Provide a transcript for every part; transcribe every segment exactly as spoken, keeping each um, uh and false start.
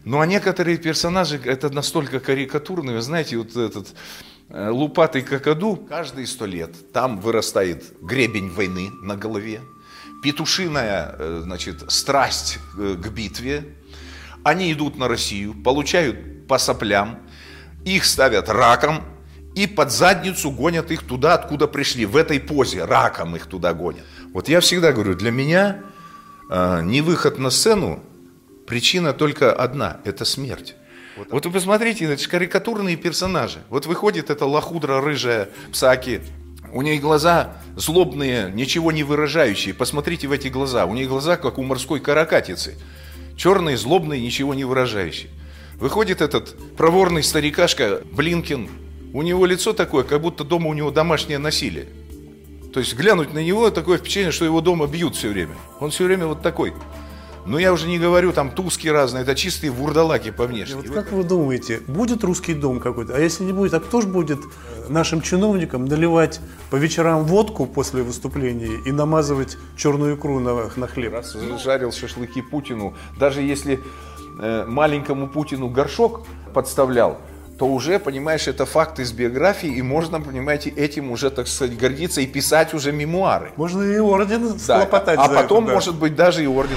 Ну а некоторые персонажи, это настолько карикатурные, вы знаете, вот этот э, лупатый какаду, каждые сто лет там вырастает гребень войны на голове, петушиная, э, значит, страсть э, к битве. Они идут на Россию, получают по соплям, их ставят раком и под задницу гонят их туда, откуда пришли. В этой позе раком их туда гонят. Вот я всегда говорю, для меня э, не выход на сцену, причина только одна – это смерть. Вот, вот вы посмотрите, это же карикатурные персонажи. Вот выходит эта лохудра рыжая Псаки, у нее глаза злобные, ничего не выражающие. Посмотрите в эти глаза, у нее глаза, как у морской каракатицы. Черные, злобные, ничего не выражающие. Выходит этот проворный старикашка Блинкин. У него лицо такое, как будто дома у него домашнее насилие. То есть глянуть на него, такое впечатление, что его дома бьют все время. Он все время вот такой. Но я уже не говорю, там туски разные, это чистые вурдалаки по внешне. Вот как вы думаете, будет русский дом какой-то? А если не будет, а кто же будет нашим чиновникам наливать по вечерам водку после выступления и намазывать черную икру на, на хлеб? Раз жарил шашлыки Путину, даже если э, маленькому Путину горшок подставлял, то уже, понимаешь, это факт из биографии, и можно, понимаете, этим уже, так сказать, гордиться и писать уже мемуары. Можно и орден да, схлопотать а за потом, это, да. может быть, даже и орден.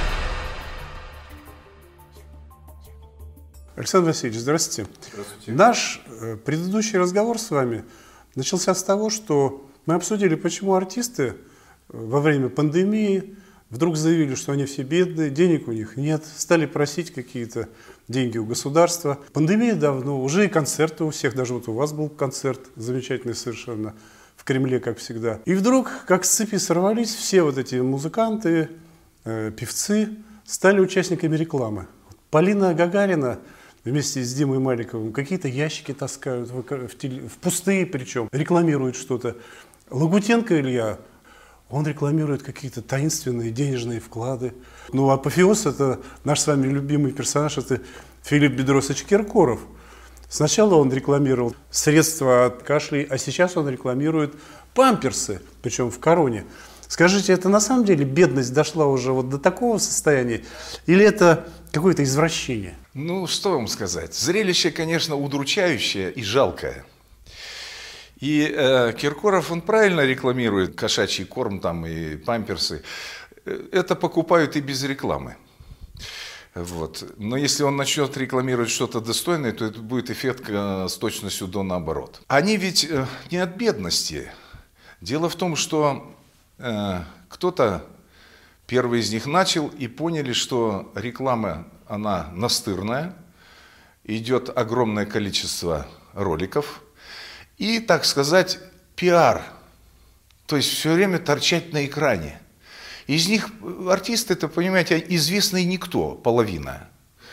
Александр Васильевич, здравствуйте. Здравствуйте. Наш э, предыдущий разговор с вами начался с того, что мы обсудили, почему артисты э, во время пандемии вдруг заявили, что они все бедные, денег у них нет, стали просить какие-то деньги у государства. Пандемия давно, уже и концерты у всех, даже вот у вас был концерт замечательный совершенно в Кремле, как всегда. И вдруг, как с цепи сорвались, все вот эти музыканты, э, певцы стали участниками рекламы. Полина Гагарина вместе с Димой Маликовым какие-то ящики таскают, в, в, теле, в пустые причем, рекламируют что-то. Лагутенко Илья, он рекламирует какие-то таинственные денежные вклады. Ну, апофеоз – это наш с вами любимый персонаж, это Филипп Бедросович Киркоров. Сначала он рекламировал средства от кашлей, а сейчас он рекламирует памперсы, причем в короне. Скажите, это на самом деле бедность дошла уже вот до такого состояния? Или это какое-то извращение? Ну, что вам сказать? Зрелище, конечно, удручающее и жалкое. И э, Киркоров, он правильно рекламирует кошачий корм там и памперсы. Это покупают и без рекламы. Вот. Но если он начнет рекламировать что-то достойное, то это будет эффект э, с точностью до наоборот. Они ведь э, не от бедности. Дело в том, что э, кто-то, первый из них начал, и поняли, что реклама, она настырная, идет огромное количество роликов, и, так сказать, пиар, то есть все время торчать на экране. Из них артисты, это, понимаете, известный никто, половина.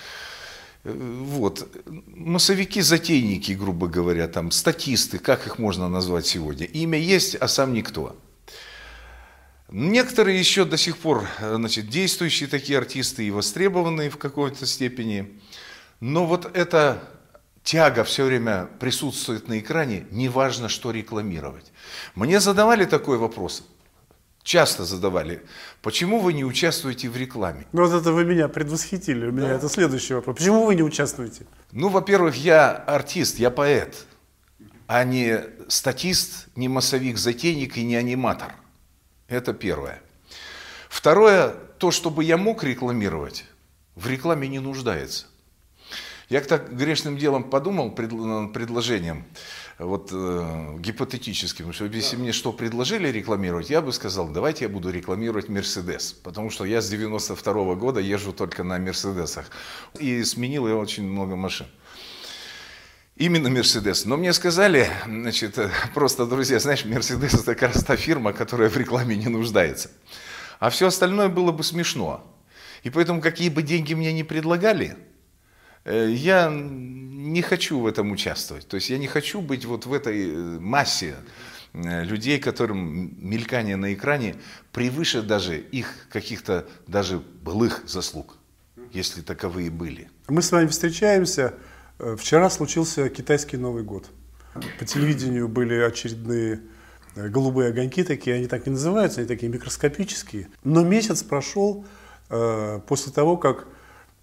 Вот. Массовики-затейники, грубо говоря, там, статисты, как их можно назвать сегодня. Имя есть, а сам никто. Некоторые еще до сих пор, значит, действующие такие артисты и востребованные в какой-то степени. Но вот эта тяга все время присутствует на экране, неважно, что рекламировать. Мне задавали такой вопрос, часто задавали, почему вы не участвуете в рекламе? Ну вот это вы меня предвосхитили, у меня да. Это следующий вопрос. Почему вы не участвуете? Ну, во-первых, я артист, я поэт, а не статист, не массовик-затейник и не аниматор. Это первое. Второе, то, чтобы я мог рекламировать, в рекламе не нуждается. Я так грешным делом подумал над предложением, вот э, гипотетическим, что если мне что предложили рекламировать, я бы сказал, давайте я буду рекламировать Мерседес, потому что я с девяносто второго года езжу только на Мерседесах и сменил я очень много машин. Именно Мерседес. Но мне сказали, значит, просто, друзья, знаешь, Мерседес это как раз та фирма, которая в рекламе не нуждается. А все остальное было бы смешно. И поэтому, какие бы деньги мне ни предлагали, я не хочу в этом участвовать. То есть я не хочу быть вот в этой массе людей, которым мелькание на экране превыше даже их каких-то даже былых заслуг, если таковые были. Мы с вами встречаемся. Вчера случился китайский Новый год. По телевидению были очередные голубые огоньки такие, они так не называются, они такие микроскопические. Но месяц прошел э, после того, как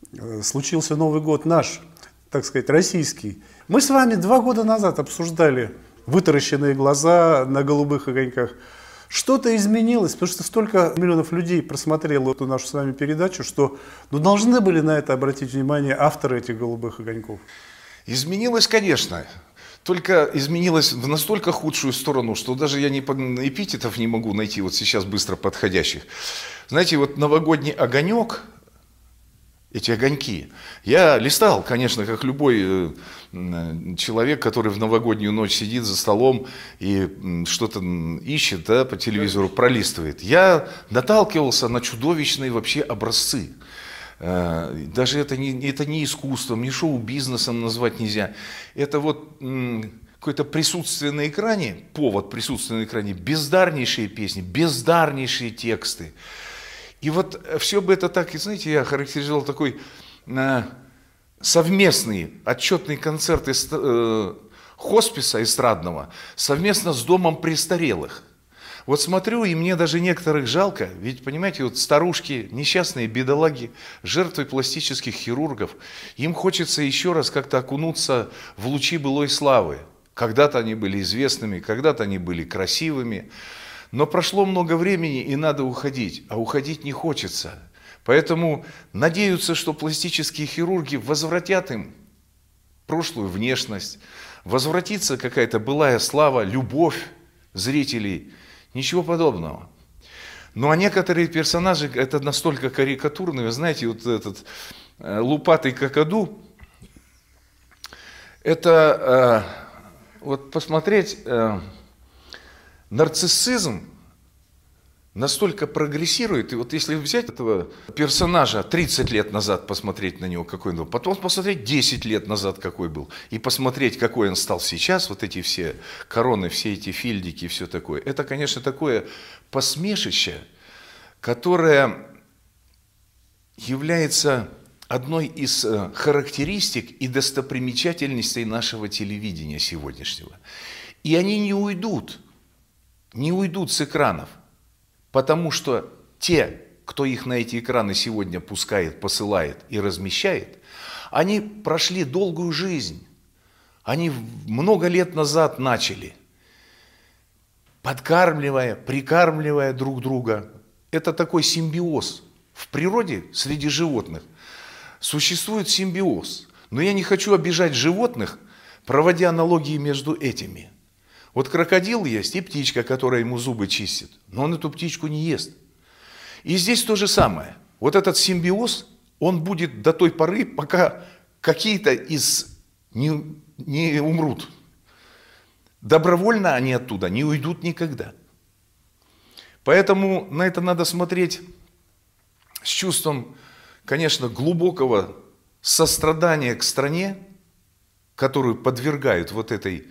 случился Новый год наш, так сказать, российский. Мы с вами два года назад обсуждали вытаращенные глаза на голубых огоньках. Что-то изменилось, потому что столько миллионов людей просмотрело эту нашу с вами передачу, что ну, должны были на это обратить внимание авторы этих голубых огоньков. Изменилось, конечно. Только изменилось в настолько худшую сторону, что даже я не эпитетов не могу найти вот сейчас быстро подходящих. Знаете, вот новогодний огонек, эти огоньки, я листал, конечно, как любой человек, который в новогоднюю ночь сидит за столом и что-то ищет, да, по телевизору, пролистывает. Я наталкивался на чудовищные вообще образцы. Даже это не, это не искусством, не шоу-бизнесом назвать нельзя. Это вот какое-то присутствие на экране, повод присутствия на экране, бездарнейшие песни, бездарнейшие тексты. И вот все бы это так, и знаете, я характеризовал такой э, совместный отчетный концерт эст, э, хосписа эстрадного совместно с домом престарелых. Вот смотрю, и мне даже некоторых жалко, ведь, понимаете, вот старушки, несчастные бедолаги, жертвы пластических хирургов, им хочется еще раз как-то окунуться в лучи былой славы. Когда-то они были известными, когда-то они были красивыми, но прошло много времени, и надо уходить, а уходить не хочется. Поэтому надеются, что пластические хирурги возвратят им прошлую внешность, возвратится какая-то былая слава, любовь зрителей. Ничего подобного. Ну а некоторые персонажи, это настолько карикатурные, вы знаете, вот этот э, лупатый какаду, это э, вот посмотреть, э, нарциссизм настолько прогрессирует, и вот если взять этого персонажа тридцать лет назад, посмотреть на него, какой он был, потом посмотреть десять лет назад, какой был, и посмотреть, какой он стал сейчас, вот эти все короны, все эти фильдики, все такое, это, конечно, такое посмешище, которое является одной из характеристик и достопримечательностей нашего телевидения сегодняшнего. И они не уйдут, не уйдут с экранов. Потому что те, кто их на эти экраны сегодня пускает, посылает и размещает, они прошли долгую жизнь. Они много лет назад начали, подкармливая, прикармливая друг друга. Это такой симбиоз. В природе среди животных существует симбиоз. Но я не хочу обижать животных, проводя аналогии между этими. Вот крокодил есть и птичка, которая ему зубы чистит, но он эту птичку не ест. И здесь то же самое. Вот этот симбиоз, он будет до той поры, пока какие-то из не, не умрут. Добровольно они оттуда не уйдут никогда. Поэтому на это надо смотреть с чувством, конечно, глубокого сострадания к стране, которую подвергают вот этой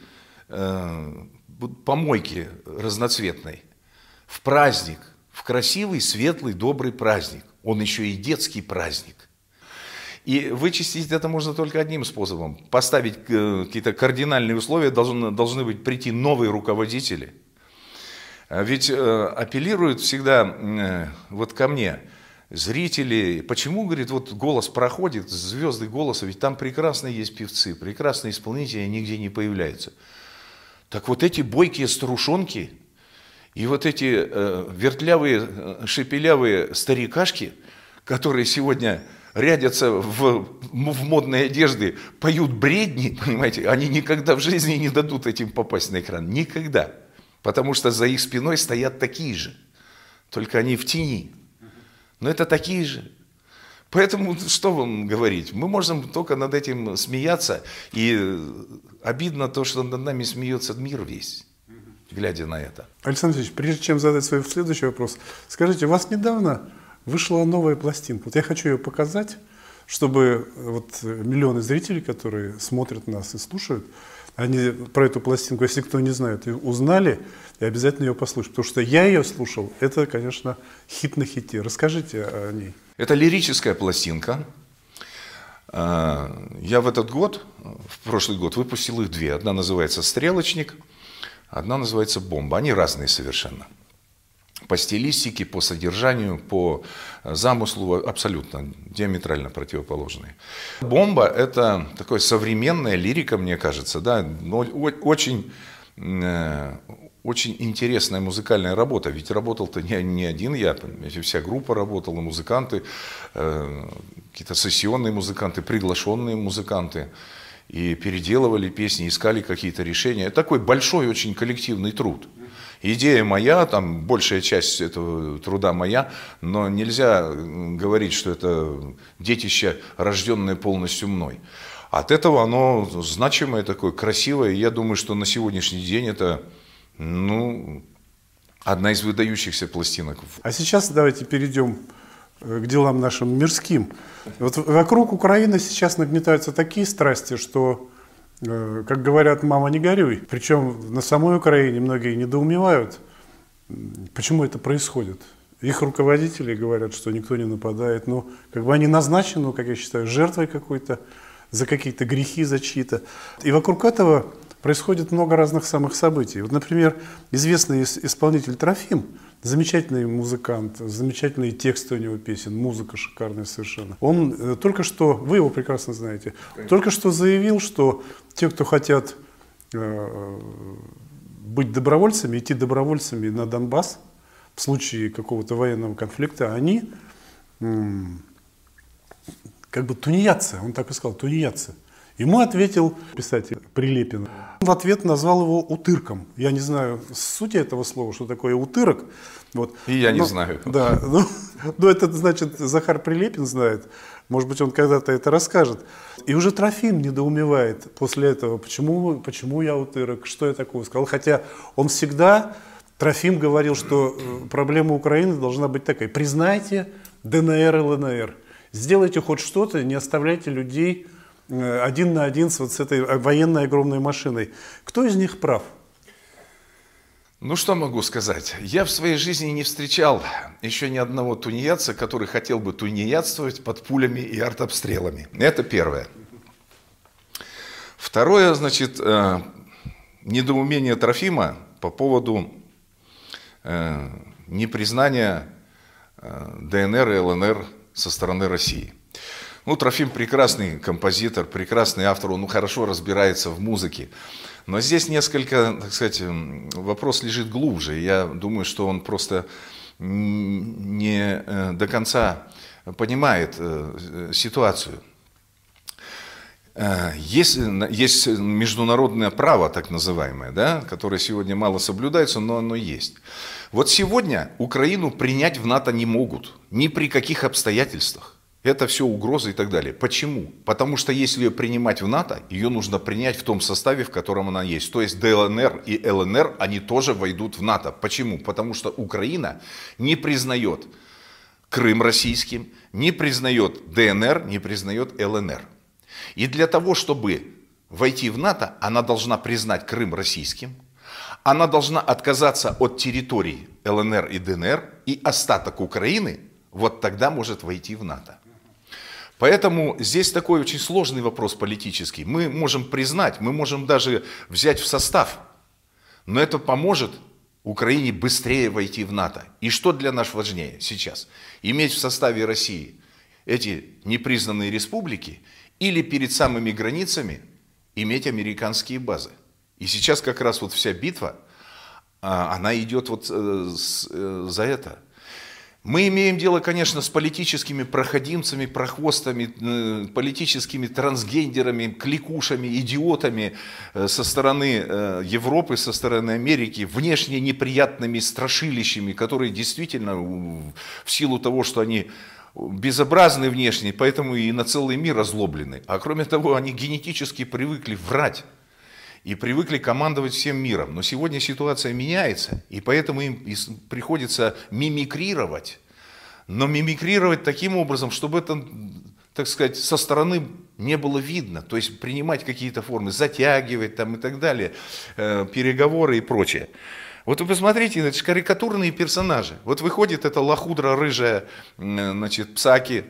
помойки разноцветной, в праздник, в красивый, светлый, добрый праздник. Он еще и детский праздник. И вычистить это можно только одним способом. Поставить какие-то кардинальные условия, должны, должны быть прийти новые руководители. Ведь апеллируют всегда вот ко мне зрители. Почему, говорит, вот голос проходит, звезды голоса, ведь там прекрасные есть певцы, прекрасные исполнители, они нигде не появляются. Так вот эти бойкие старушонки и вот эти э, вертлявые, шепелявые старикашки, которые сегодня рядятся в, в модные одежды, поют бредни, понимаете, они никогда в жизни не дадут этим попасть на экран. Никогда. Потому что за их спиной стоят такие же. Только они в тени. Но это такие же. Поэтому что вам говорить? Мы можем только над этим смеяться. И обидно то, что над нами смеется мир весь, глядя на это. Александр Алексеевич, прежде чем задать свой следующий вопрос, скажите, у вас недавно вышла новая пластинка. Вот я хочу ее показать, чтобы вот миллионы зрителей, которые смотрят нас и слушают, они про эту пластинку, если кто не знает, узнали и обязательно ее послушают. Потому что я ее слушал, это, конечно, хит на хите. Расскажите о ней. Это лирическая пластинка. Я в этот год, в прошлый год, выпустил их две. Одна называется «Стрелочник», одна называется «Бомба». Они разные совершенно. по стилистике, по содержанию, по замыслу абсолютно диаметрально противоположные. «Бомба» — это такая современная лирика, мне кажется, да, но очень, очень интересная музыкальная работа. Ведь работал-то не, не один я, вся группа работала, музыканты, какие-то сессионные музыканты, приглашенные музыканты. И переделывали песни, искали какие-то решения. Это такой большой очень коллективный труд. Идея моя, там большая часть этого труда моя, но нельзя говорить, что это детище, рожденное полностью мной. От этого оно значимое, такое красивое. Я думаю, что на сегодняшний день это, ну, одна из выдающихся пластинок. А сейчас давайте перейдем к делам нашим мирским. Вот вокруг Украины сейчас нагнетаются такие страсти, что, как говорят, мама, не горюй. Причем на самой Украине многие недоумевают, почему это происходит. Их руководители говорят, что никто не нападает, но как бы они назначены, как я считаю, жертвой какой-то, за какие-то грехи, за чьи-то. И вокруг этого происходит много разных самых событий. Вот, например, известный исполнитель Трофим, замечательный музыкант, замечательные тексты у него песен, музыка шикарная совершенно. Он э, только что, вы его прекрасно знаете, Конечно. только что заявил, что те, кто хотят э, быть добровольцами, идти добровольцами на Донбасс в случае какого-то военного конфликта, они э, как бы тунеядцы, он так и сказал, тунеядцы. Ему ответил писатель Прилепин. В ответ назвал его утырком. Я не знаю сути этого слова, что такое утырок. Вот. И я не но, знаю. Да, ну, ну, это значит, Захар Прилепин знает. Может быть, он когда-то это расскажет. И уже Трофим недоумевает после этого, почему, почему я утырок, что я такого сказал. Хотя он всегда, Трофим говорил, что проблема Украины должна быть такая. Признайте ДНР и ЛНР. Сделайте хоть что-то, не оставляйте людей один на один с, вот с этой военной огромной машиной. Кто из них прав? Ну, что могу сказать? Я в своей жизни не встречал еще ни одного тунеядца, который хотел бы тунеядствовать под пулями и артобстрелами. Это первое. Второе, значит, недоумение Трофима по поводу непризнания ДНР и ЛНР со стороны России. Ну, Трофим прекрасный композитор, прекрасный автор, он хорошо разбирается в музыке. Но здесь несколько, так сказать, вопрос лежит глубже. Я думаю, что он просто не до конца понимает ситуацию. Есть, есть международное право, так называемое, да, которое сегодня мало соблюдается, но оно есть. Вот сегодня Украину принять в НАТО не могут, ни при каких обстоятельствах. Это все угрозы и так далее. Почему? Потому что если ее принимать в НАТО, ее нужно принять в том составе, в котором она есть. То есть ДНР и ЛНР, они тоже войдут в НАТО. Почему? Потому что Украина не признает Крым российским, не признает ДНР, не признает ЛНР. И для того, чтобы войти в НАТО, она должна признать Крым российским, она должна отказаться от территорий ЛНР и ДНР, и остаток Украины вот тогда может войти в НАТО. Поэтому здесь такой очень сложный вопрос политический. Мы можем признать, мы можем даже взять в состав, но это поможет Украине быстрее войти в НАТО. И что для нас важнее сейчас? Иметь в составе России эти непризнанные республики или перед самыми границами иметь американские базы. И сейчас как раз вот вся битва, она идет вот за это. Мы имеем дело, конечно, с политическими проходимцами, прохвостами, политическими трансгендерами, кликушами, идиотами со стороны Европы, со стороны Америки, внешне неприятными страшилищами, которые действительно в силу того, что они безобразны внешне, поэтому и на целый мир озлоблены. А кроме того, они генетически привыкли врать и привыкли командовать всем миром. Но сегодня ситуация меняется, и поэтому им приходится мимикрировать. Но мимикрировать таким образом, чтобы это, так сказать, со стороны не было видно. То есть принимать какие-то формы, затягивать там и так далее, э, переговоры и прочее. Вот вы посмотрите, это же карикатурные персонажи. Вот выходит эта лохудра рыжая, значит, Псаки.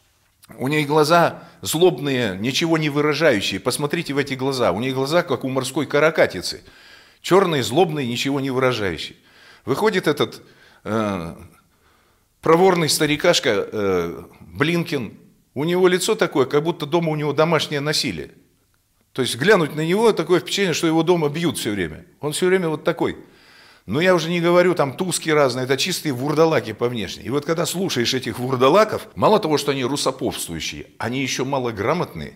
У нее глаза злобные, ничего не выражающие. Посмотрите в эти глаза. У нее глаза, как у морской каракатицы. Черные, злобные, ничего не выражающие. Выходит этот э, проворный старикашка э, Блинкен, у него лицо такое, как будто дома у него домашнее насилие. То есть глянуть на него, такое впечатление, что его дома бьют все время. Он все время вот такой. Но я уже не говорю, там туски разные, это чистые вурдалаки по внешне. И вот когда слушаешь этих вурдалаков, мало того, что они русоповствующие, они еще малограмотные.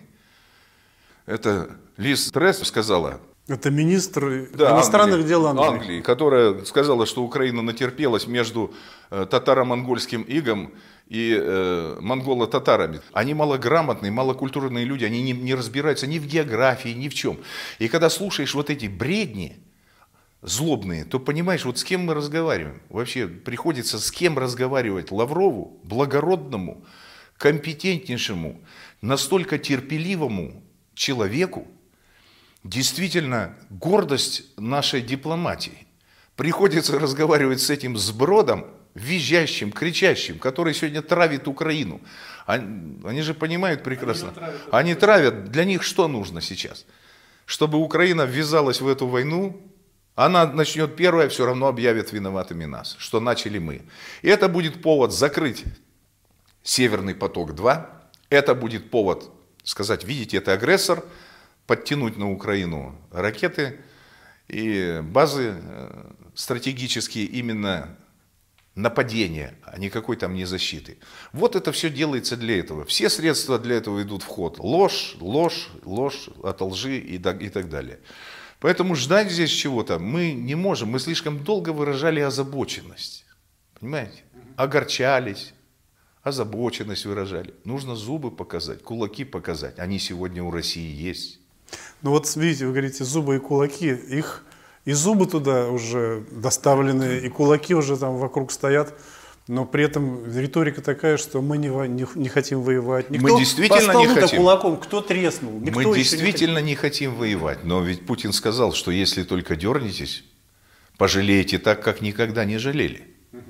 Это Лиз Тресс сказала. Это министр Да, иностранных Англии, дел Англии. Англии, которая сказала, что Украина натерпелась между э, татаро-монгольским игом и э, монголо-татарами. Они малограмотные, малокультурные люди, они не, не разбираются ни в географии, ни в чем. И когда слушаешь вот эти бредни злобные, то понимаешь, вот с кем мы разговариваем. Вообще приходится с кем разговаривать Лаврову, благородному, компетентнейшему, настолько терпеливому человеку. Действительно, гордость нашей дипломатии. Приходится разговаривать с этим сбродом, визжащим, кричащим, который сегодня травит Украину. Они, они же понимают прекрасно. Они травят. Они травят. Для них что нужно сейчас? Чтобы Украина ввязалась в эту войну, она начнет первая, все равно объявит виноватыми нас, что начали мы. И это будет повод закрыть Северный поток-два. Это будет повод сказать, видите, это агрессор, подтянуть на Украину ракеты и базы стратегические именно нападения, а никакой там не защиты. Вот это все делается для этого. Все средства для этого идут в ход. Ложь, ложь, ложь от лжи и так далее. Поэтому ждать здесь чего-то мы не можем. Мы слишком долго выражали озабоченность. Понимаете? Огорчались. Озабоченность выражали. Нужно зубы показать, кулаки показать. Они сегодня у России есть. Ну вот видите, вы говорите зубы и кулаки, их и зубы туда уже доставлены, и кулаки уже там вокруг стоят, но при этом риторика такая, что мы не, не, не хотим воевать. Никто мы действительно по не хотим. Кулаком, кто треснул? Никто мы действительно не, не хотим воевать, но ведь Путин сказал, что если только дернетесь, пожалеете так, как никогда не жалели.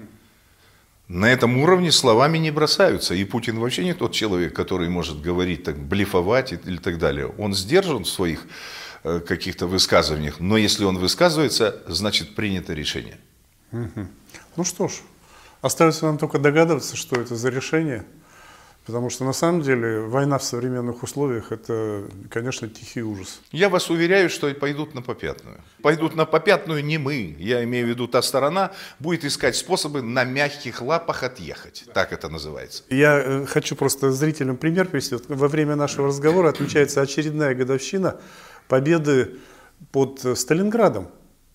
На этом уровне словами не бросаются. И Путин вообще не тот человек, который может говорить, так, блефовать и так далее. Он сдержан в своих э, каких-то высказываниях. Но если он высказывается, значит принято решение. Угу. Ну что ж, остается нам только догадываться, что это за решение. Потому что на самом деле война в современных условиях – это, конечно, тихий ужас. Я вас уверяю, что пойдут на попятную. Пойдут на попятную не мы, я имею в виду та сторона, будет искать способы на мягких лапах отъехать. Так это называется. Я хочу просто зрителям пример привести. Во время нашего разговора отмечается очередная годовщина победы под Сталинградом.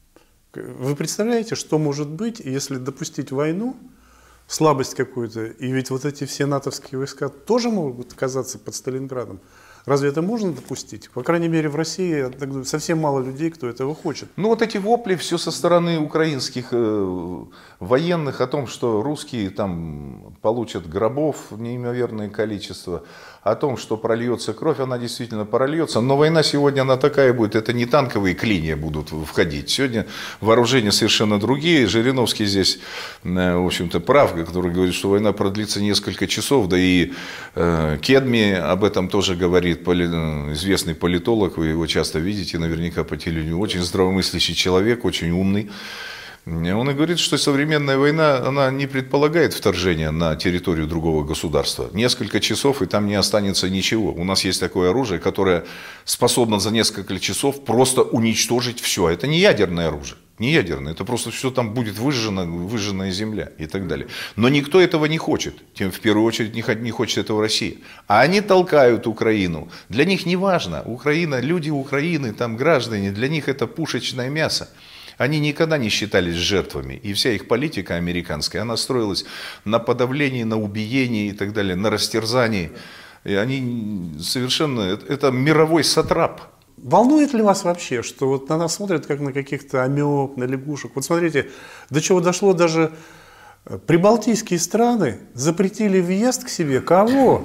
Вы представляете, что может быть, если допустить войну, слабость какую-то, и ведь вот эти все натовские войска тоже могут оказаться под Сталинградом. Разве это можно допустить? По крайней мере, в России совсем мало людей, кто этого хочет. Ну вот эти вопли все со стороны украинских э, военных о том, что русские там получат гробов неимоверное количество, о том, что прольется кровь, она действительно прольется. Но война сегодня, она такая будет, это не танковые клинья будут входить. Сегодня вооружения совершенно другие. Жириновский здесь, э, в общем-то, прав, который говорит, что война продлится несколько часов, да и э, Кедми об этом тоже говорит. Известный политолог, вы его часто видите наверняка по телевидению, очень здравомыслящий человек, очень умный. Он и говорит, что современная война, она не предполагает вторжения на территорию другого государства. Несколько часов, и там не останется ничего. У нас есть такое оружие, которое способно за несколько часов просто уничтожить все. Это не ядерное оружие. Не ядерное, это просто все там будет выжжено, выжженная земля и так далее. Но никто этого не хочет. Тем в первую очередь не хочет этого Россия. А они толкают Украину. Для них не важно. Украина, люди Украины, там граждане, для них это пушечное мясо. Они никогда не считались жертвами. И вся их политика американская, она строилась на подавлении, на убиении и так далее, на растерзании. И они совершенно... Это мировой сатрап. Волнует ли вас вообще, что вот на нас смотрят как на каких-то амеб, на лягушек? Вот смотрите, до чего дошло, даже прибалтийские страны запретили въезд к себе кого?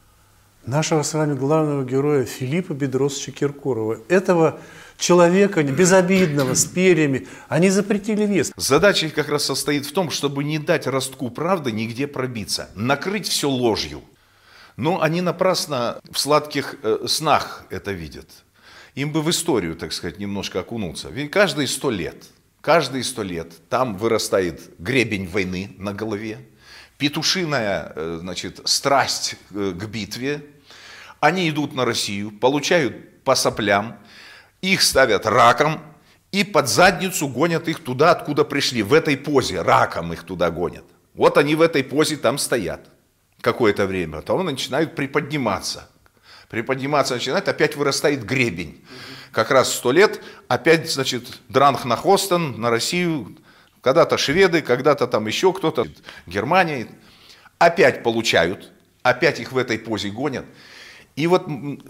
Нашего с вами главного героя Филиппа Бедросовича Киркорова. Этого человека безобидного, с перьями, они запретили въезд. Задача их как раз состоит в том, чтобы не дать ростку правды нигде пробиться, накрыть все ложью. Но они напрасно в сладких э, снах это видят. Им бы в историю, так сказать, немножко окунуться. Ведь каждые сто лет, Каждые сто лет там вырастает гребень войны на голове, петушиная, значит, страсть к битве. Они идут на Россию, получают по соплям, их ставят раком и под задницу гонят их туда, откуда пришли. В этой позе раком их туда гонят. Вот они в этой позе там стоят какое-то время, потом начинают приподниматься. Приподниматься начинает, опять вырастает гребень. Как раз сто лет, опять, значит, Дранхнахостен на Россию, когда-то шведы, когда-то там еще кто-то, Германия. Опять получают, опять их в этой позе гонят. И вот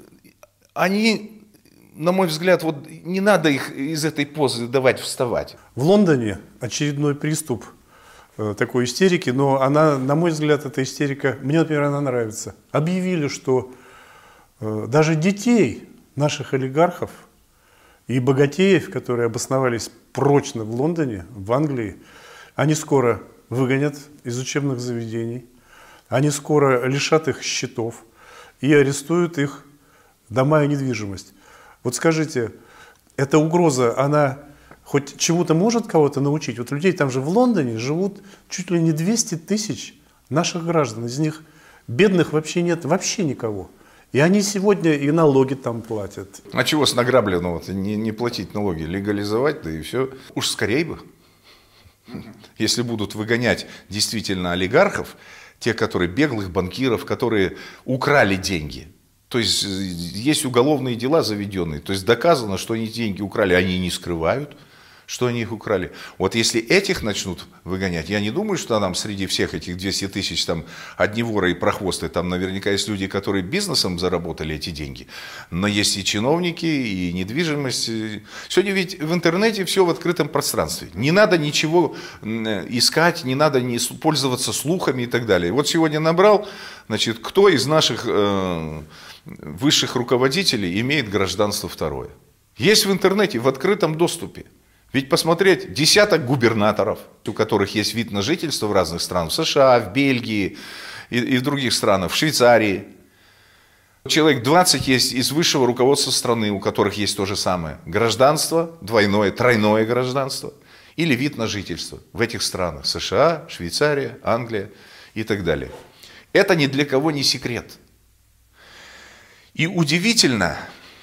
они, на мой взгляд, вот не надо их из этой позы давать вставать. В Лондоне очередной приступ э, такой истерики, но она, на мой взгляд, эта истерика, мне, например, она нравится. Объявили, что э, даже детей наших олигархов и богатеев, которые обосновались прочно в Лондоне, в Англии, они скоро выгонят из учебных заведений, они скоро лишат их счетов и арестуют их дома и недвижимость. Вот скажите, эта угроза, она хоть чему-то может кого-то научить? Вот людей там же в Лондоне живут чуть ли не двести тысяч наших граждан, из них бедных вообще нет, вообще никого. И они сегодня и налоги там платят. А чего с награбленного-то не, не платить налоги? Легализовать, да и все. Уж скорее бы. Если будут выгонять действительно олигархов, те, которые беглых банкиров, которые украли деньги. То есть есть уголовные дела заведенные. То есть доказано, что они деньги украли, они не скрывают, что они их украли. Вот если этих начнут выгонять, я не думаю, что там среди всех этих двухсот тысяч там одни воры и прохвосты, там наверняка есть люди, которые бизнесом заработали эти деньги, но есть и чиновники, и недвижимость. Сегодня ведь в интернете все в открытом пространстве. Не надо ничего искать, не надо не пользоваться слухами и так далее. Вот сегодня набрал, значит, кто из наших э, высших руководителей имеет гражданство второе. Есть в интернете, в открытом доступе. Ведь посмотреть, десяток губернаторов, у которых есть вид на жительство в разных странах, в США, в Бельгии и, и в других странах, в Швейцарии. Человек двадцать есть из высшего руководства страны, у которых есть то же самое. Гражданство, двойное, тройное гражданство или вид на жительство в этих странах. США, Швейцария, Англия и так далее. Это ни для кого не секрет. И удивительно,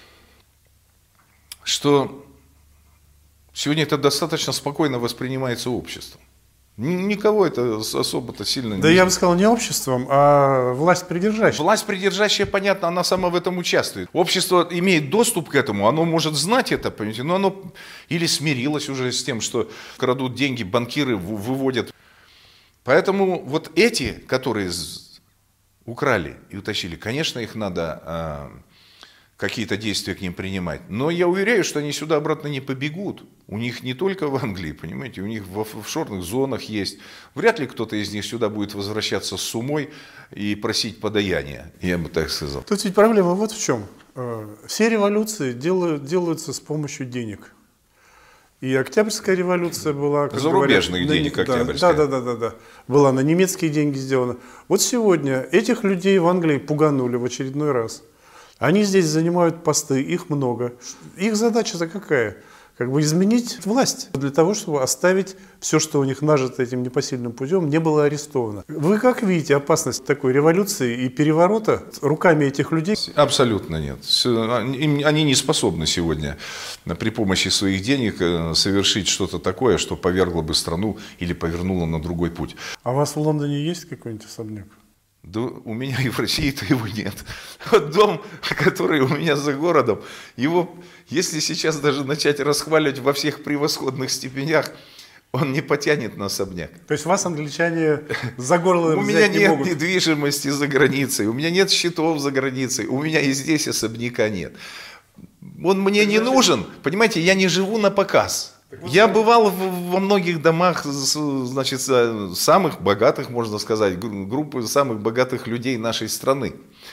что сегодня это достаточно спокойно воспринимается обществом. Никого это особо-то сильно не... Да я бы сказал, не обществом, а власть придержащая. Власть придержащая, понятно, она сама в этом участвует. Общество имеет доступ к этому, оно может знать это, понимаете, но оно или смирилось уже с тем, что крадут деньги, банкиры выводят. Поэтому вот эти, которые украли и утащили, конечно, их надо... какие-то действия к ним принимать. Но я уверяю, что они сюда обратно не побегут. У них не только в Англии, понимаете, у них в офшорных зонах есть. Вряд ли кто-то из них сюда будет возвращаться с сумой и просить подаяния, я бы так сказал. Тут ведь проблема вот в чем. Все революции делают, делаются с помощью денег. И Октябрьская революция была... Зарубежных говорят, денег на... Октябрьская. Да, да, да, да, да. Была на немецкие деньги сделана. Вот сегодня этих людей в Англии пуганули в очередной раз. Они здесь занимают посты, их много. Их задача-то какая? Как бы изменить власть для того, чтобы оставить все, что у них нажито этим непосильным путем, не было арестовано. Вы как видите опасность такой революции и переворота руками этих людей? Абсолютно нет. Они не способны сегодня при помощи своих денег совершить что-то такое, что повергло бы страну или повернуло на другой путь. А у вас в Лондоне есть какой-нибудь особняк? Да у меня и в России-то его нет. Вот дом, который у меня за городом, его, если сейчас даже начать расхваливать во всех превосходных степенях, он не потянет на особняк. То есть вас англичане за горло У взять меня не могут? нет недвижимости за границей, у меня нет счетов за границей, у меня и здесь особняка нет. Он мне не нужен, понимаете, я не живу на показ. Я бывал во многих домах, значит, самых богатых, можно сказать, группы самых богатых людей нашей страны.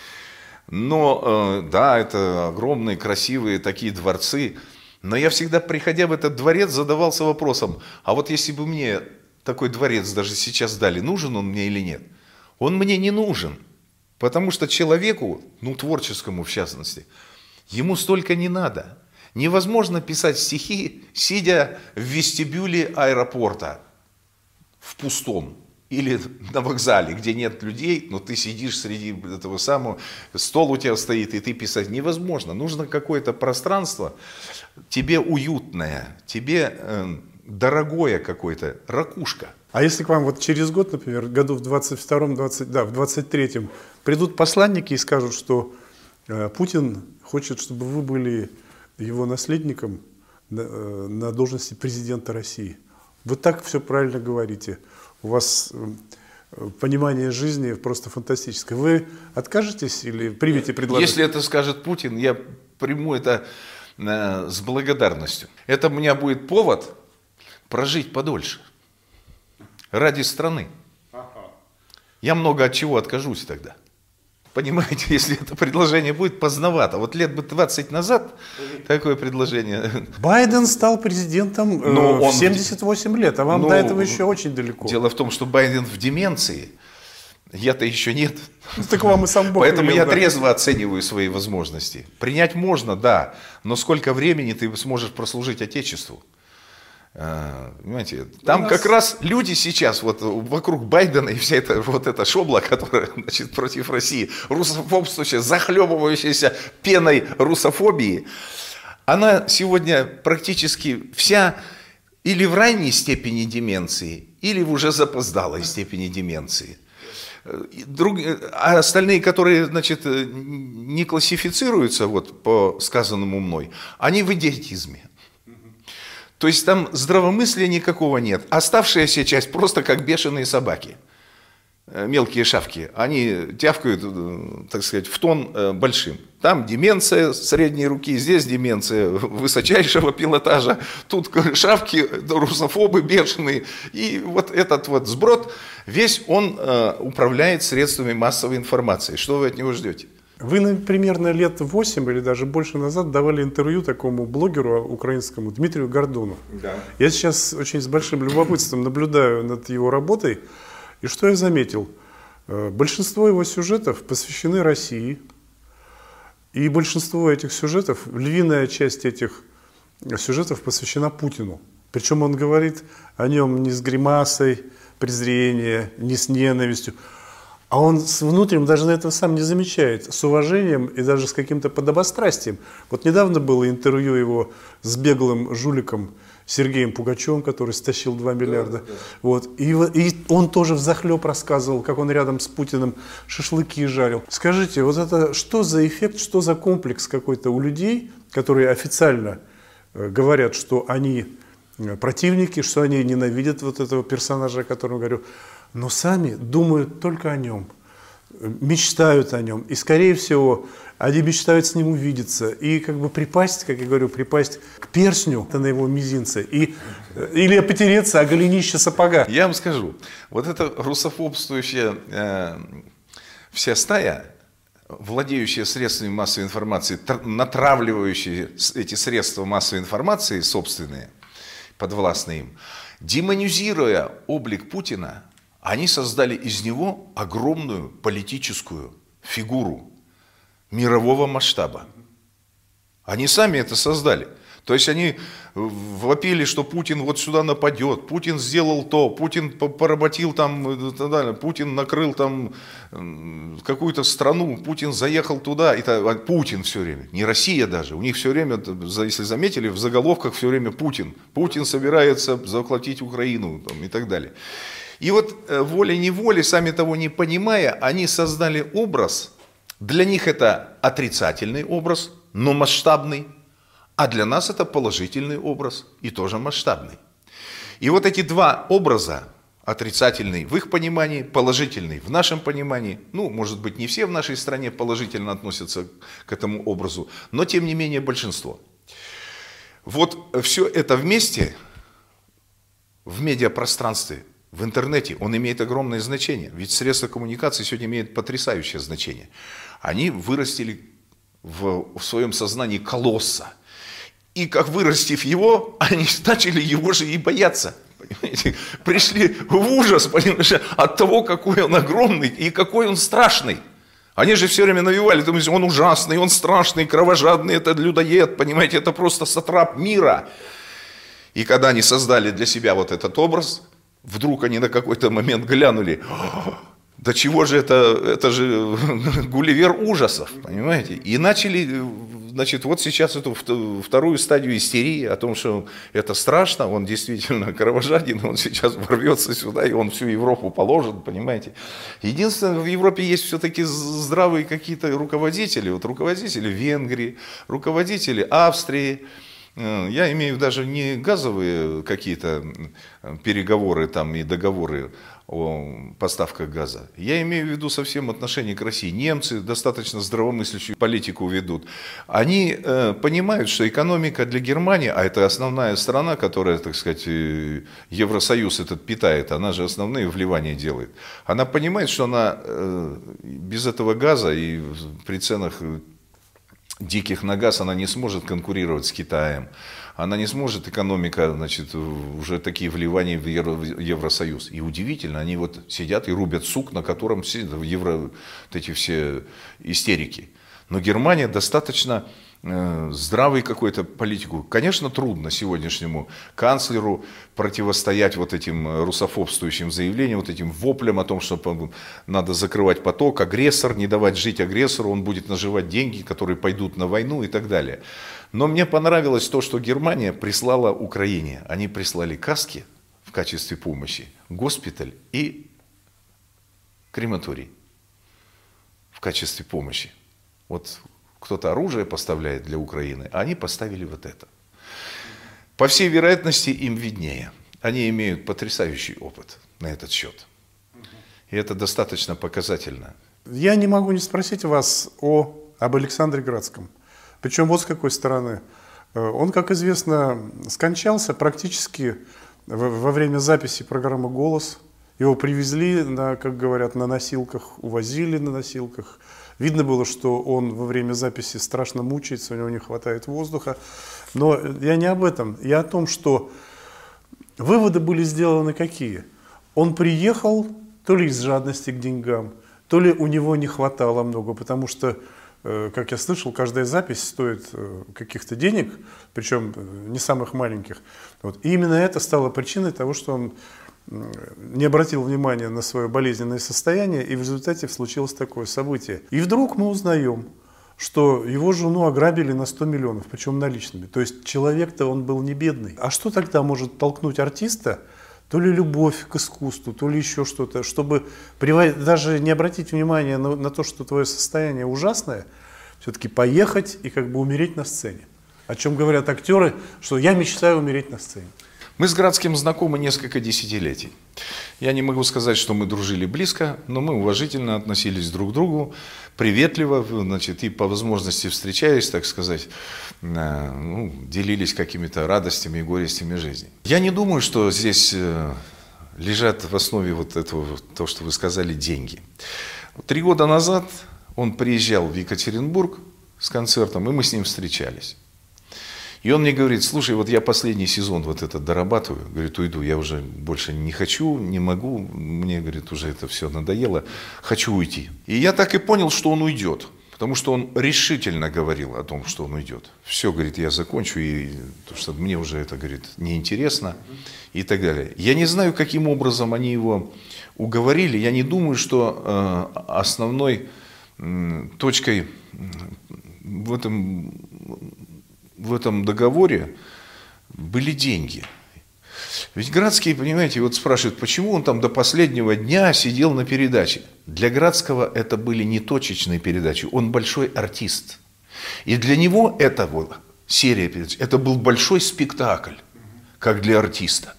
Но, да, это огромные, красивые такие дворцы. Но я всегда, приходя в этот дворец, задавался вопросом, а вот если бы мне такой дворец даже сейчас дали, нужен он мне или нет? Он мне не нужен, потому что человеку, ну, творческому в частности, ему столько не надо. Невозможно писать стихи, сидя в вестибюле аэропорта, в пустом. Или на вокзале, где нет людей, но ты сидишь среди этого самого, стол у тебя стоит, и ты писать невозможно. Нужно какое-то пространство, тебе уютное, тебе э, дорогое какое-то, ракушка. А если к вам вот через год, например, году в двадцать втором, двадцать, да, в двадцать третьем придут посланники и скажут, что э, Путин хочет, чтобы вы были его наследником на, э, на должности президента России. Вы так все правильно говорите. У вас э, понимание жизни просто фантастическое. Вы откажетесь или примете предложение? Если это скажет Путин, я приму это э, с благодарностью. Это у меня будет повод прожить подольше. Ради страны. Я много от чего откажусь тогда. Понимаете, если это предложение будет поздновато. Вот лет бы двадцать назад такое предложение. Байден стал президентом э, Но он... в семьдесят восемь лет, а вам ну, до этого еще очень далеко. Дело в том, что Байден в деменции. Я-то еще нет. Так вам и сам Бог Поэтому велел, я да. трезво оцениваю свои возможности. Принять можно, да, но сколько времени ты сможешь прослужить Отечеству? Понимаете, там нас... как раз люди сейчас, вот вокруг Байдена и вся эта вот эта шобла, которая, значит, против России, русофобствующая, захлебывающаяся пеной русофобии, она сегодня практически вся или в ранней степени деменции, или в уже запоздалой степени деменции. Друг... А остальные, которые, значит, не классифицируются вот, по сказанному мной, они в идиотизме. То есть там здравомыслия никакого нет. Оставшаяся часть просто как бешеные собаки. Мелкие шавки. Они тявкают, так сказать, в тон большим. Там деменция средней руки, здесь деменция высочайшего пилотажа. Тут шавки, русофобы бешеные. И вот этот вот сброд, весь он управляет средствами массовой информации. Что вы от него ждете? Вы примерно лет восемь или даже больше назад давали интервью такому блогеру украинскому Дмитрию Гордону. Да. Я сейчас очень с большим любопытством наблюдаю над его работой. И что я заметил? Большинство его сюжетов посвящены России. И большинство этих сюжетов, львиная часть этих сюжетов посвящена Путину. Причем он говорит о нем не с гримасой презрения, не с ненавистью. А он с внутренним даже на этого сам не замечает, с уважением и даже с каким-то подобострастием. Вот недавно было интервью его с беглым жуликом Сергеем Пугачевым, который стащил два миллиарда. Да, да. Вот. И, и он тоже взахлеб рассказывал, как он рядом с Путиным шашлыки жарил. Скажите, вот это что за эффект, что за комплекс какой-то у людей, которые официально э, говорят, что они противники, что они ненавидят вот этого персонажа, о котором говорю, но сами думают только о нем, мечтают о нем. И, скорее всего, они мечтают с ним увидеться и как бы припасть, как я говорю, припасть к перстню на его мизинце и, или потереться о голенище сапога. Я вам скажу, вот эта русофобствующая э, вся стая, владеющая средствами массовой информации, натравливающая эти средства массовой информации собственные, подвластные им, демонизируя облик Путина, они создали из него огромную политическую фигуру мирового масштаба. Они сами это создали. То есть они вопили, что Путин вот сюда нападет, Путин сделал то, Путин поработил там, Путин накрыл там какую-то страну, Путин заехал туда. Это Путин все время, не Россия даже. У них все время, если заметили, в заголовках все время Путин. Путин собирается захватить Украину там, и так далее. И вот волей-неволей, сами того не понимая, они создали образ. Для них это отрицательный образ, но масштабный. А для нас это положительный образ и тоже масштабный. И вот эти два образа, отрицательный в их понимании, положительный в нашем понимании, ну, может быть, не все в нашей стране положительно относятся к этому образу, но тем не менее большинство. Вот все это вместе в медиапространстве, в интернете, он имеет огромное значение. Ведь средства коммуникации сегодня имеют потрясающее значение. Они вырастили в, в своем сознании колосса. И как вырастив его, они начали его же и бояться. Понимаете? Пришли в ужас, понимаешь, от того, какой он огромный и какой он страшный. Они же все время навевали, думали, он ужасный, он страшный, кровожадный, это людоед, понимаете, это просто сатрап мира. И когда они создали для себя вот этот образ, вдруг они на какой-то момент глянули, да чего же это, это же Гулливер ужасов, понимаете? И начали, значит, вот сейчас эту вторую стадию истерии о том, что это страшно, он действительно кровожаден, он сейчас ворвется сюда, и он всю Европу положит, понимаете? Единственное, в Европе есть все-таки здравые какие-то руководители, вот руководители Венгрии, руководители Австрии. Я имею даже не газовые какие-то переговоры там и договоры о поставках газа. Я имею в виду совсем отношение к России. Немцы достаточно здравомыслящую политику ведут. Они э, понимают, что экономика для Германии, а это основная страна, которая, так сказать, Евросоюз этот питает, она же основные вливания делает. Она понимает, что она э, без этого газа и при ценах диких на газ она не сможет конкурировать с Китаем. Она не сможет, экономика, значит, уже такие вливания в Евросоюз. И удивительно, они вот сидят и рубят сук, на котором сидят евро, вот эти все истерики. Но Германия достаточно э, здравой какой-то политику. Конечно, трудно сегодняшнему канцлеру противостоять вот этим русофобствующим заявлениям, вот этим воплям о том, что надо закрывать поток, агрессор, не давать жить агрессору, он будет наживать деньги, которые пойдут на войну и так далее. Но мне понравилось то, что Германия прислала Украине. Они прислали каски в качестве помощи, госпиталь и крематорий в качестве помощи. Вот кто-то оружие поставляет для Украины, а они поставили вот это. По всей вероятности, им виднее. Они имеют потрясающий опыт на этот счет. И это достаточно показательно. Я не могу не спросить вас о, об Александре Градском. Причем вот с какой стороны. Он, как известно, скончался практически во время записи программы «Голос». Его привезли, на, как говорят, на носилках, увозили на носилках. Видно было, что он во время записи страшно мучается, у него не хватает воздуха. Но я не об этом. Я о том, что выводы были сделаны какие. Он приехал то ли из жадности к деньгам, то ли у него не хватало много, потому что, как я слышал, каждая запись стоит каких-то денег, причем не самых маленьких. Вот. И именно это стало причиной того, что он не обратил внимания на свое болезненное состояние, и в результате случилось такое событие. И вдруг мы узнаем, что его жену ограбили на сто миллионов, причем наличными. То есть человек-то он был не бедный. А что тогда может толкнуть артиста? То ли любовь к искусству, то ли еще что-то, чтобы даже не обратить внимания на, на то, что твое состояние ужасное, все-таки поехать и как бы умереть на сцене. О чем говорят актеры, что я мечтаю умереть на сцене. Мы с Градским знакомы несколько десятилетий. Я не могу сказать, что мы дружили близко, но мы уважительно относились друг к другу, приветливо, значит, и по возможности встречаясь, так сказать, ну, делились какими-то радостями и горестями жизни. Я не думаю, что здесь лежат в основе вот этого, то, что вы сказали, деньги. Три года назад он приезжал в Екатеринбург с концертом, и мы с ним встречались. И он мне говорит: слушай, вот я последний сезон вот этот дорабатываю, говорит, уйду, я уже больше не хочу, не могу, мне, говорит, уже это все надоело, хочу уйти. И я так и понял, что он уйдет, потому что он решительно говорил о том, что он уйдет. Все, говорит, я закончу, и, потому что мне уже это, говорит, неинтересно и так далее. Я не знаю, каким образом они его уговорили, я не думаю, что э, основной э, точкой в этом... в этом договоре были деньги. Ведь Градский, понимаете, вот спрашивают, почему он там до последнего дня сидел на передаче. Для Градского это были не точечные передачи, он большой артист. И для него это была серия передач, это был большой спектакль, как для артиста.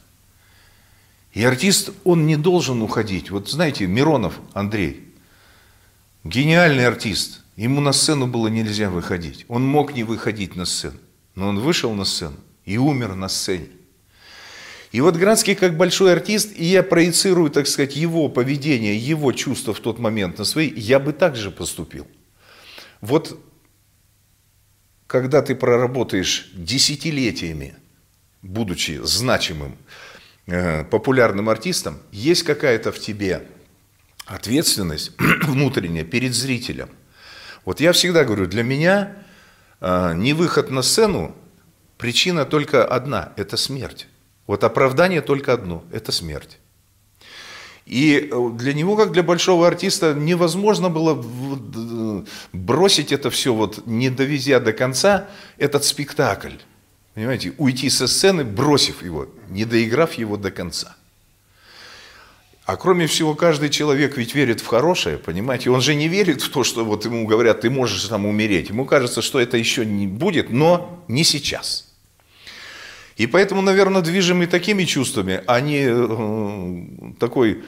И артист, он не должен уходить. Вот знаете, Миронов Андрей, гениальный артист, ему на сцену было нельзя выходить. Он мог не выходить на сцену. Но он вышел на сцену и умер на сцене. И вот Градский как большой артист, и я проецирую, так сказать, его поведение, его чувства в тот момент на свои, я бы так же поступил. Вот когда ты проработаешь десятилетиями, будучи значимым, э, популярным артистом, есть какая-то в тебе ответственность внутренняя перед зрителем. Вот я всегда говорю, для меня э, не выход на сцену, причина только одна – это смерть. Вот оправдание только одно – это смерть. И для него, как для большого артиста, невозможно было бросить это все, вот, не довезя до конца этот спектакль. Понимаете, уйти со сцены, бросив его, не доиграв его до конца. А кроме всего, каждый человек ведь верит в хорошее, понимаете? Он же не верит в то, что вот ему говорят, ты можешь там умереть. Ему кажется, что это еще не будет, но не сейчас. И поэтому, наверное, движимы такими чувствами, а не э, такой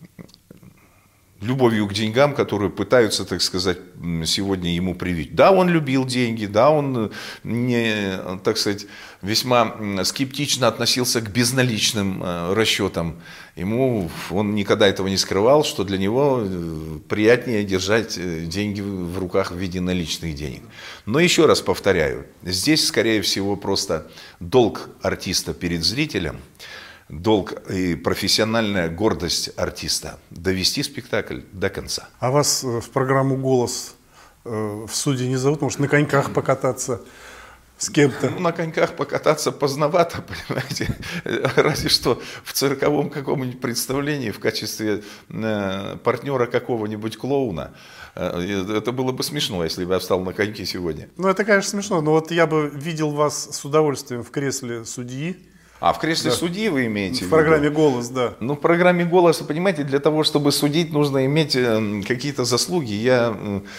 любовью к деньгам, которую пытаются, так сказать, сегодня ему привить. Да, он любил деньги, да, он, не, так сказать, весьма скептично относился к безналичным расчетам. Ему, он никогда этого не скрывал, что для него приятнее держать деньги в руках в виде наличных денег. Но еще раз повторяю, здесь, скорее всего, просто долг артиста перед зрителем, долг и профессиональная гордость артиста – довести спектакль до конца. А вас в программу «Голос» в студии не зовут? Может, на коньках покататься с кем-то? Ну, на коньках покататься поздновато, понимаете. Разве что в цирковом каком-нибудь представлении в качестве партнера какого-нибудь клоуна. Это было бы смешно, если бы я встал на коньки сегодня. Ну, это, конечно, смешно. Но вот я бы видел вас с удовольствием в кресле судьи. А в кресле да. судьи вы имеете в виду? В программе «Голос», да. Ну, в программе «Голос», понимаете, для того, чтобы судить, нужно иметь какие-то заслуги. Я,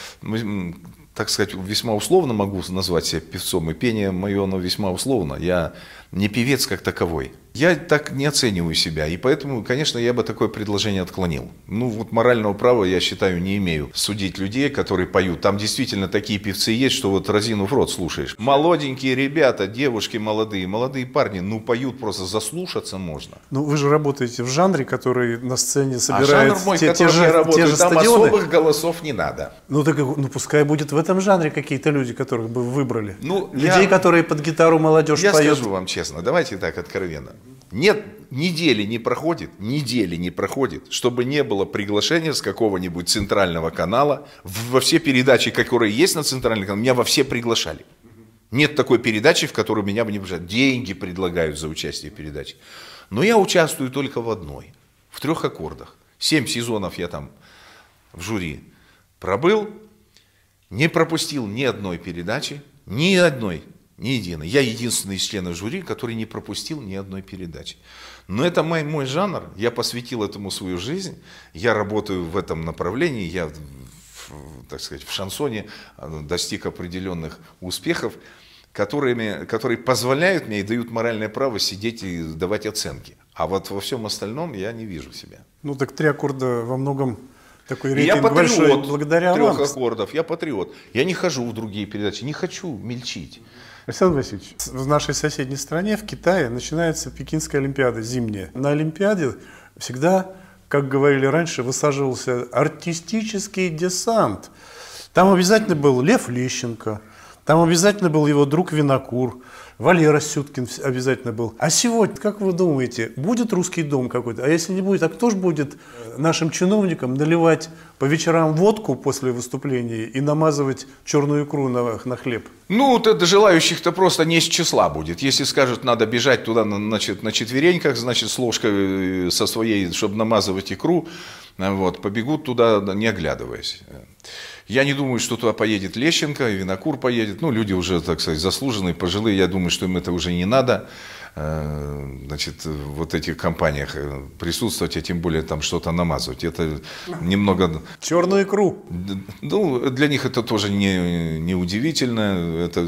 так сказать, весьма условно могу назвать себя певцом, и пение мое, оно весьма условно. Я не певец как таковой. Я так не оцениваю себя, и поэтому, конечно, я бы такое предложение отклонил. Ну, вот морального права, я считаю, не имею судить людей, которые поют. Там действительно такие певцы есть, что вот разинув рот слушаешь. Молоденькие ребята, девушки молодые, молодые парни, ну, поют просто, заслушаться можно. Ну, вы же работаете в жанре, который на сцене собирает а жанр мой, те, те же, я работаю, те же там стадионы. Особых голосов не надо. Ну, так, ну, пускай будет в этом жанре какие-то люди, которых бы вы выбрали. Ну, Людей, я... которые под гитару молодежь я поет. Я скажу вам честно, давайте так откровенно. Нет, недели не проходит, недели не проходит, чтобы не было приглашения с какого-нибудь центрального канала. Во все передачи, которые есть на центральном канале, меня во все приглашали. Нет такой передачи, в которую меня бы не приглашали. Деньги предлагают за участие в передаче. Но я участвую только в одной, в трех аккордах. Семь сезонов я там в жюри пробыл, не пропустил ни одной передачи, ни одной. Ни единой. Я единственный из членов жюри, который не пропустил ни одной передачи. Но это мой, мой жанр, я посвятил этому свою жизнь, я работаю в этом направлении, я, в, так сказать, в шансоне достиг определенных успехов, которыми, которые позволяют мне и дают моральное право сидеть и давать оценки. А вот во всем остальном я не вижу себя. Ну так три аккорда во многом... Такой рейтинг я патриот большой благодаря трех вам. аккордов, я патриот. Я не хожу в другие передачи, не хочу мельчить. Александр Васильевич, в нашей соседней стране, в Китае, начинается Пекинская Олимпиада зимняя. На Олимпиаде всегда, как говорили раньше, высаживался артистический десант. Там обязательно был Лев Лещенко, там обязательно был его друг Винокур, Валера Сюткин обязательно был. А сегодня, как вы думаете, будет русский дом какой-то? А если не будет, а кто же будет нашим чиновникам наливать по вечерам водку после выступления и намазывать черную икру на, на хлеб? Ну, вот это желающих-то просто не с числа будет. Если скажут, надо бежать туда, значит, на четвереньках, значит, с ложкой со своей, чтобы намазывать икру, вот, побегут туда, не оглядываясь. Я не думаю, что туда поедет Лещенко, Винокур поедет. Ну, люди уже, так сказать, заслуженные, пожилые. Я думаю, что им это уже не надо. Значит, в вот этих компаниях присутствовать, а тем более там что-то намазывать. Это немного... Черную икру. Ну, для них это тоже не, не удивительно. Это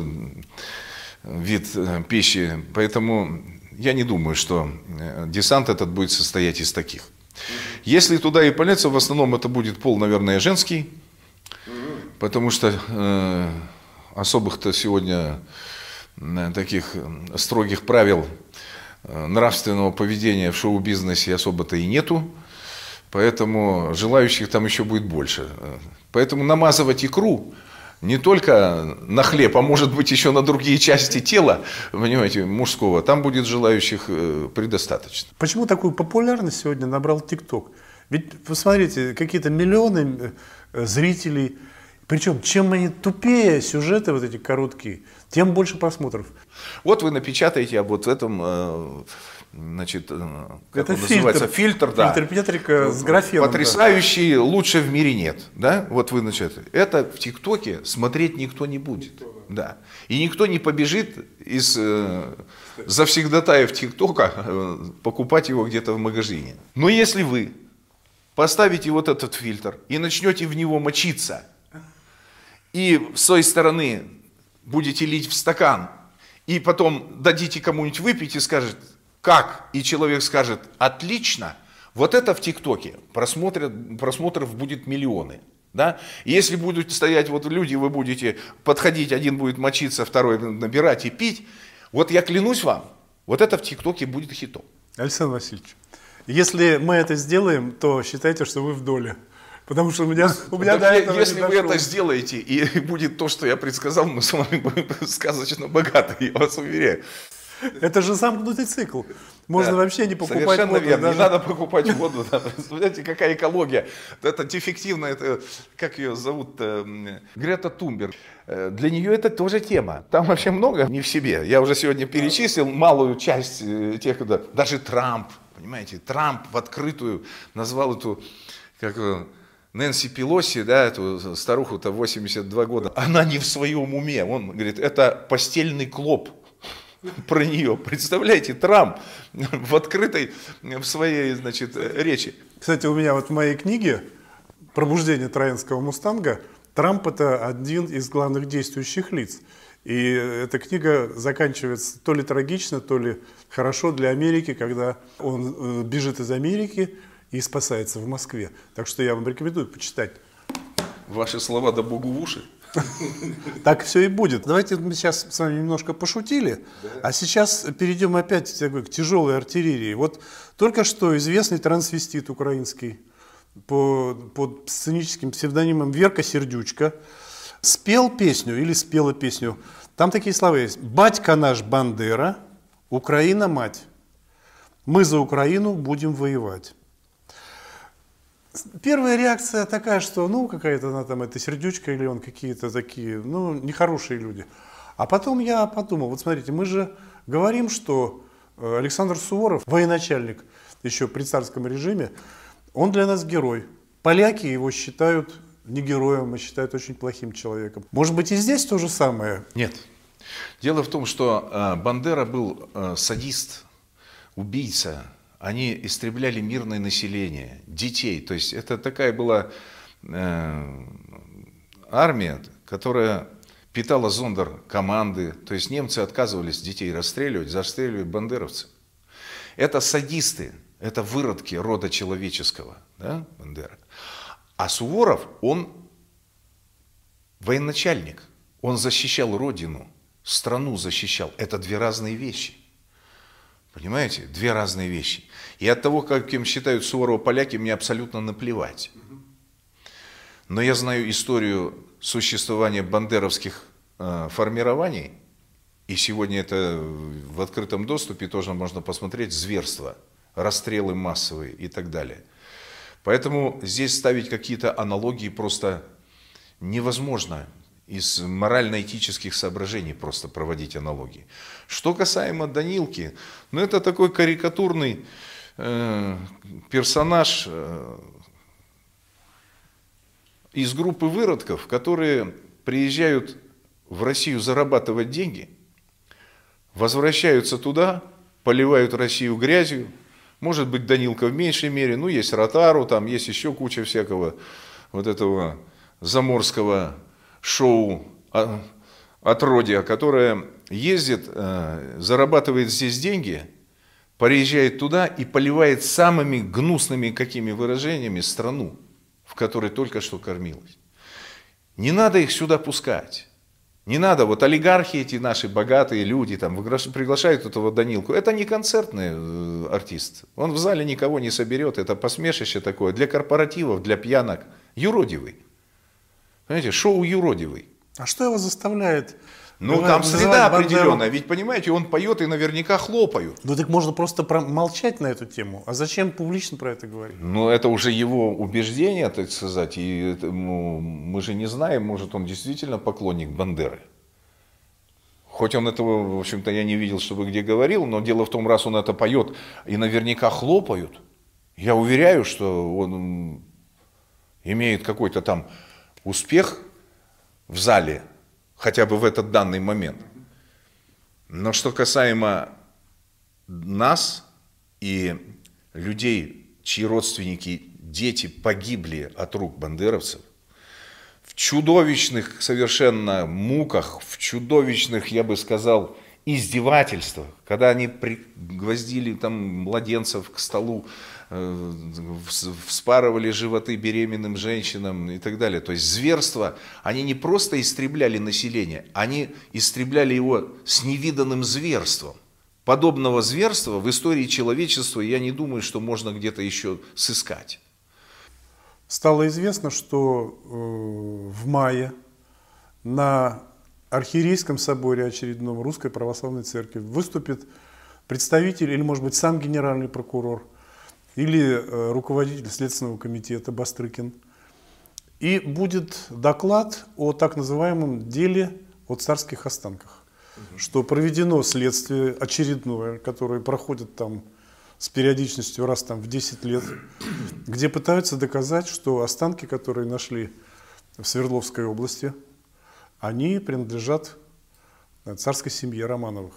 вид пищи. Поэтому я не думаю, что десант этот будет состоять из таких. Если туда и полетится, в основном это будет пол, наверное, женский. Потому что э, особых-то сегодня э, таких строгих правил э, нравственного поведения в шоу-бизнесе особо-то и нету. Поэтому желающих там еще будет больше. Поэтому намазывать икру не только на хлеб, а может быть еще на другие части тела, понимаете, мужского, там будет желающих э, предостаточно. Почему такую популярность сегодня набрал ТикТок? Ведь посмотрите, какие-то миллионы зрителей. Причем, чем они тупее сюжеты вот эти короткие, тем больше просмотров. Вот вы напечатаете об вот этом, значит, как это он называется, фильтр, да. Фильтр Петрика с графеном. Потрясающий, да. Лучше в мире нет, да? Вот вы напечатаете. Это в ТикТоке смотреть никто не будет, да. И никто не побежит из э, завсегдатаев ТикТока э, покупать его где-то в магазине. Но если вы поставите вот этот фильтр и начнете в него мочиться, и с той стороны будете лить в стакан, и потом дадите кому-нибудь выпить и скажет, как? И человек скажет, отлично, вот это в ТикТоке просмотров, просмотров будет миллионы. Да? И если будут стоять вот люди, вы будете подходить, один будет мочиться, второй набирать и пить, вот я клянусь вам, вот это в ТикТоке будет хитом. Александр Васильевич, если мы это сделаем, то считайте, что вы в доле. Потому что у меня, у меня до этого если не вы дошло. это сделаете, и будет то, что я предсказал, мы с вами будем сказочно богаты, я вас уверяю. Это же замкнутый цикл. Можно да, вообще не покупать совершенно воду. Верно. Даже... Не надо покупать воду. Да. Представляете, какая экология. Это дефективная, это, как ее зовут, Грета Тунберг. Для нее это тоже тема. Там вообще много не в себе. Я уже сегодня перечислил малую часть тех, когда даже Трамп, понимаете, Трамп в открытую назвал эту, как Нэнси Пелоси, да, эту старуху-то восемьдесят два года, она не в своем уме. Он говорит, это постельный клоп. Про нее. Представляете, Трамп в открытой в своей, значит, речи. Кстати, у меня вот в моей книге «Пробуждение троянского мустанга» Трамп – это один из главных действующих лиц. И эта книга заканчивается то ли трагично, то ли хорошо для Америки, когда он бежит из Америки и спасается в Москве. Так что я вам рекомендую почитать. Ваши слова да Богу в уши. Так все и будет. Давайте мы сейчас с вами немножко пошутили, да. А сейчас перейдем опять к тяжелой артиллерии. Вот только что известный трансвестит украинский по, под сценическим псевдонимом Верка Сердючка спел песню или спела песню. Там такие слова есть. «Батька наш Бандера, Украина мать. Мы за Украину будем воевать». Первая реакция такая, что ну какая-то она там, это Сердючка или он какие-то такие, ну нехорошие люди. А потом я подумал, вот смотрите, мы же говорим, что Александр Суворов, военачальник еще при царском режиме, он для нас герой. Поляки его считают не героем, а считают очень плохим человеком. Может быть и здесь то же самое? Нет. Дело в том, что э, Бандера был э, садист, убийца. Они истребляли мирное население, детей. То есть это такая была э, армия, которая питала зондеркоманды. То есть немцы отказывались детей расстреливать, расстреливали бандеровцы. Это садисты, это выродки рода человеческого, да, Бандера. А Суворов, он военачальник, он защищал родину, страну защищал. Это две разные вещи. Понимаете? Две разные вещи. И от того, каким считают Суворова поляки, мне абсолютно наплевать. Но я знаю историю существования бандеровских э, формирований, и сегодня это в открытом доступе тоже можно посмотреть, зверства, расстрелы массовые и так далее. Поэтому здесь ставить какие-то аналогии просто невозможно. Из морально-этических соображений просто проводить аналогии. Что касаемо Данилки, ну это такой карикатурный э, персонаж э, из группы выродков, которые приезжают в Россию зарабатывать деньги, возвращаются туда, поливают Россию грязью. Может быть, Данилка в меньшей мере, ну есть Ротару, там есть еще куча всякого вот этого заморского шоу отродья, которое ездит, зарабатывает здесь деньги, приезжает туда и поливает самыми гнусными какими выражениями страну, в которой только что кормилась. Не надо их сюда пускать. Не надо, вот олигархи эти наши, богатые люди, там, приглашают этого Данилку. Это не концертный артист. Он в зале никого не соберет. Это посмешище такое для корпоративов, для пьянок. Юродивый. Понимаете, шоу юродивый. А что его заставляет Ну, там среда определенная, ведь, понимаете, он поет и наверняка хлопают. Ну, так можно просто молчать на эту тему. А зачем публично про это говорить? Ну, это уже его убеждение, так сказать, и это, ну, мы же не знаем, может, он действительно поклонник Бандеры. Хоть он этого, в общем-то, я не видел, чтобы где говорил, но дело в том, раз он это поет и наверняка хлопают, я уверяю, что он имеет какой-то там успех в зале, хотя бы в этот данный момент. Но что касаемо нас и людей, чьи родственники, дети погибли от рук бандеровцев, в чудовищных совершенно муках, в чудовищных, я бы сказал, издевательствах, когда они пригвоздили там младенцев к столу, вспарывали животы беременным женщинам и так далее. То есть зверство, они не просто истребляли население, они истребляли его с невиданным зверством. Подобного зверства в истории человечества, я не думаю, что можно где-то еще сыскать. Стало известно, что э, в мае на Архиерейском соборе очередном Русской Православной Церкви выступит представитель, или, может быть, сам генеральный прокурор, или э, руководитель Следственного комитета Бастрыкин. И будет доклад о так называемом деле о царских останках. Угу. Что проведено следствие очередное, которое проходит там с периодичностью раз там, в десять лет, где пытаются доказать, что останки, которые нашли в Свердловской области, они принадлежат царской семье Романовых.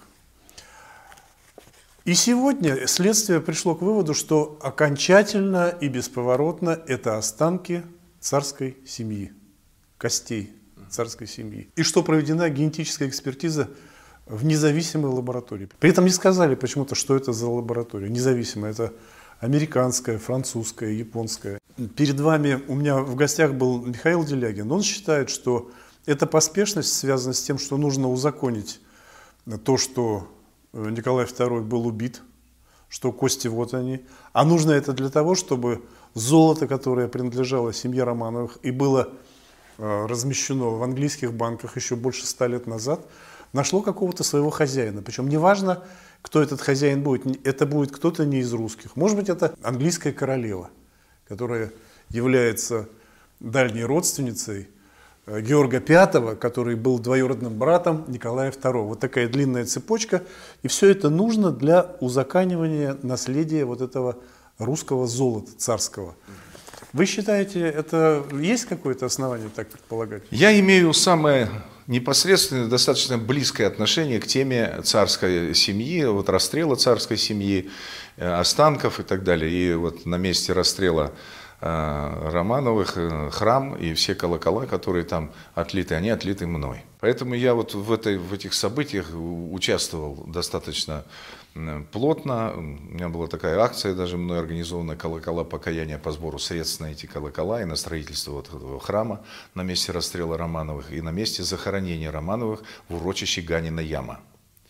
И сегодня следствие пришло к выводу, что окончательно и бесповоротно это останки царской семьи, костей царской семьи. И что проведена генетическая экспертиза в независимой лаборатории. При этом не сказали почему-то, что это за лаборатория. Независимая, это американская, французская, японская. Перед вами у меня в гостях был Михаил Делягин. Он считает, что эта поспешность связана с тем, что нужно узаконить то, что Николай второй был убит, что кости вот они. А нужно это для того, чтобы золото, которое принадлежало семье Романовых и было э, размещено в английских банках еще больше ста лет назад, нашло какого-то своего хозяина. Причем неважно, кто этот хозяин будет, это будет кто-то не из русских. Может быть, это английская королева, которая является дальней родственницей Георга Пятого, который был двоюродным братом Николая второго. Вот такая длинная цепочка. И все это нужно для узаконивания наследия вот этого русского золота царского. Вы считаете, это есть какое-то основание так предполагать? Я имею самое непосредственное, достаточно близкое отношение к теме царской семьи, вот расстрела царской семьи, останков и так далее. И вот на месте расстрела Романовых храм и все колокола, которые там отлиты, они отлиты мной. Поэтому я вот в, этой, в этих событиях участвовал достаточно плотно. У меня была такая акция, даже мной организована «Колокола покаяния» по сбору средств на эти колокола и на строительство вот этого храма на месте расстрела Романовых и на месте захоронения Романовых в урочище Ганина яма.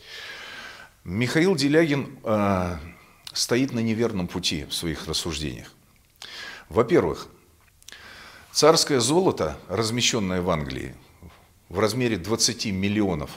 Михаил Делягин э, стоит на неверном пути в своих рассуждениях. Во-первых, царское золото, размещенное в Англии, в размере двадцати миллионов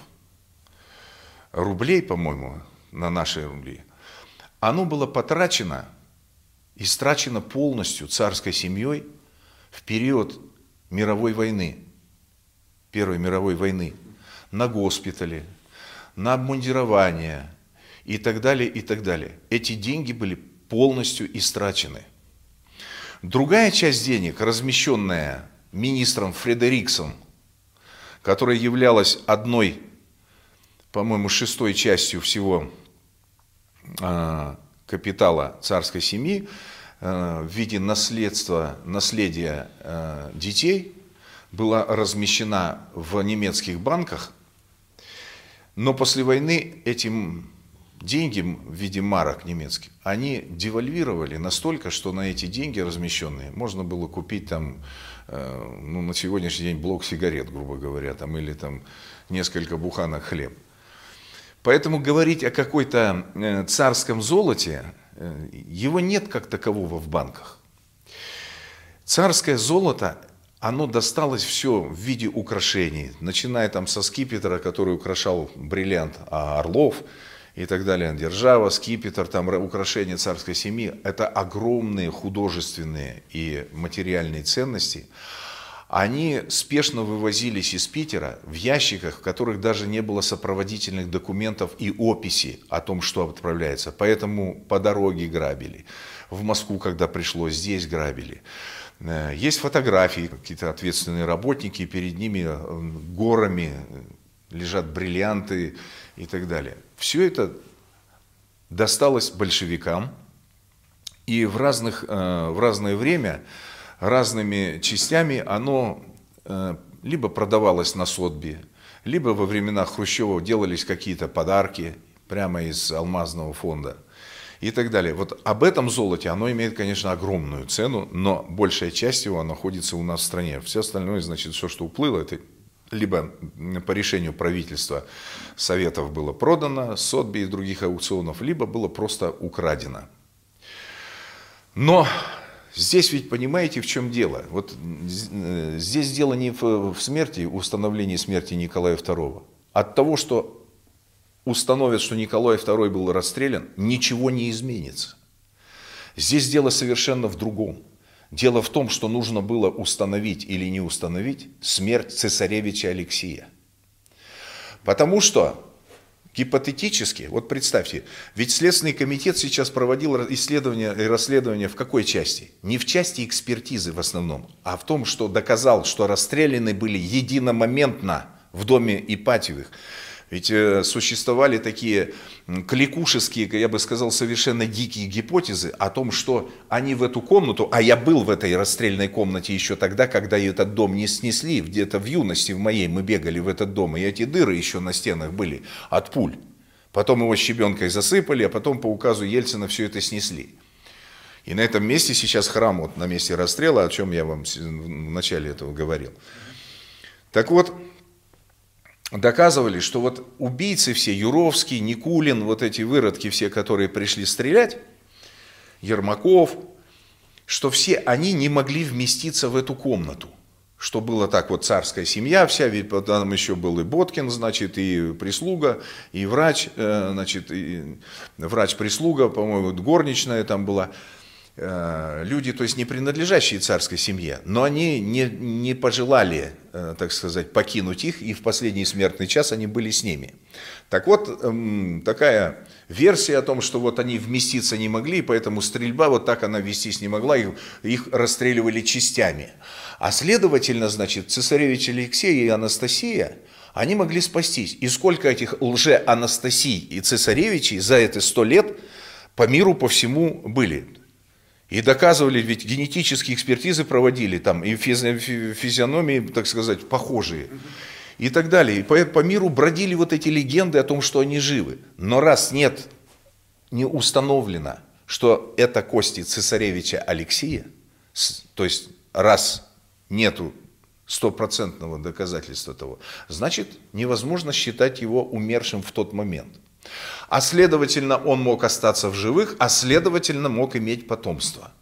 рублей, по-моему, на наши рубли, оно было потрачено, истрачено полностью царской семьей в период мировой войны, Первой мировой войны, на госпитали, на обмундирование и так далее, и так далее. Эти деньги были полностью истрачены. Другая часть денег, размещенная министром Фредериксом, которая являлась одной, по-моему, шестой частью всего э, капитала царской семьи, э, в виде наследства, наследия э, детей, была размещена в немецких банках, но после войны этим деньги в виде марок немецких, они девальвировали настолько, что на эти деньги размещенные можно было купить там, э, ну, на сегодняшний день блок сигарет, грубо говоря, там, или там несколько буханок хлеба. Поэтому говорить о какой-то э, царском золоте, э, его нет как такового в банках. Царское золото, оно досталось все в виде украшений, начиная там со скипетра, который украшал бриллиант орлов и так далее, держава, скипетр, там украшения царской семьи. Это огромные художественные и материальные ценности. Они спешно вывозились из Питера в ящиках, в которых даже не было сопроводительных документов и описи о том, что отправляется. Поэтому по дороге грабили. В Москву, когда пришлось, здесь грабили. Есть фотографии, какие-то ответственные работники, перед ними горами лежат бриллианты и так далее. Все это досталось большевикам, и в, разных, в разное время разными частями оно либо продавалось на Сотбе, либо во времена Хрущева делались какие-то подарки прямо из алмазного фонда и так далее. Вот об этом золоте оно имеет, конечно, огромную цену, но большая часть его находится у нас в стране. Все остальное, значит, все, что уплыло, это либо по решению правительства Советов было продано с Сотби и других аукционов, либо было просто украдено. Но здесь ведь понимаете, в чем дело? Вот здесь дело не в смерти, установлении смерти Николая второго. От того, что установят, что Николай второй был расстрелян, ничего не изменится. Здесь дело совершенно в другом. Дело в том, что нужно было установить или не установить смерть цесаревича Алексия. Потому что гипотетически, вот представьте, ведь Следственный комитет сейчас проводил исследования и расследования в какой части? Не в части экспертизы в основном, а в том, что доказал, что расстреляны были единомоментно в доме Ипатьевых. Ведь э, существовали такие кликушеские, я бы сказал, совершенно дикие гипотезы о том, что они в эту комнату, а я был в этой расстрельной комнате еще тогда, когда этот дом не снесли, где-то в юности в моей мы бегали в этот дом, и эти дыры еще на стенах были от пуль. Потом его щебенкой засыпали, а потом по указу Ельцина все это снесли. И на этом месте сейчас храм, вот на месте расстрела, о чем я вам в начале этого говорил. Так вот, доказывали, что вот убийцы все, Юровский, Никулин, вот эти выродки все, которые пришли стрелять, Ермаков, что все они не могли вместиться в эту комнату. Что было так вот царская семья вся, ведь там еще был и Боткин, значит, и прислуга, и врач, значит, и врач-прислуга, по-моему, горничная там была. Люди, то есть не принадлежащие царской семье, но они не, не пожелали, так сказать, покинуть их, и в последний смертный час они были с ними. Так вот, такая версия о том, что вот они вместиться не могли, поэтому стрельба вот так она вестись не могла, их, их расстреливали частями. А следовательно, значит, цесаревич Алексей и Анастасия, они могли спастись. И сколько этих лже-Анастасий и цесаревичей за это сто лет по миру, по всему были. И доказывали, ведь генетические экспертизы проводили, там и физиономии, так сказать, похожие. И так далее. И по, по миру бродили вот эти легенды о том, что они живы. Но раз нет, не установлено, что это кости цесаревича Алексия, то есть раз нету стопроцентного доказательства того, значит, невозможно считать его умершим в тот момент. А следовательно, он мог остаться в живых, а следовательно, мог иметь потомство.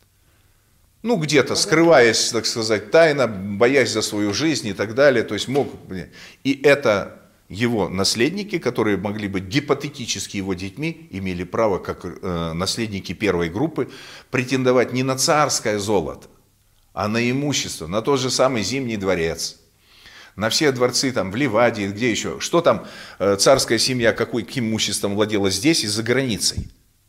Ну, где-то скрываясь, так сказать, тайно, боясь за свою жизнь и так далее. То есть мог... И это его наследники, которые могли быть гипотетически его детьми, имели право, как э, наследники первой группы, претендовать не на царское золото, а на имущество, на тот же самый Зимний дворец. На все дворцы там в Ливадии, где еще, что там э, царская семья, какой, каким имуществом владела здесь и за границей.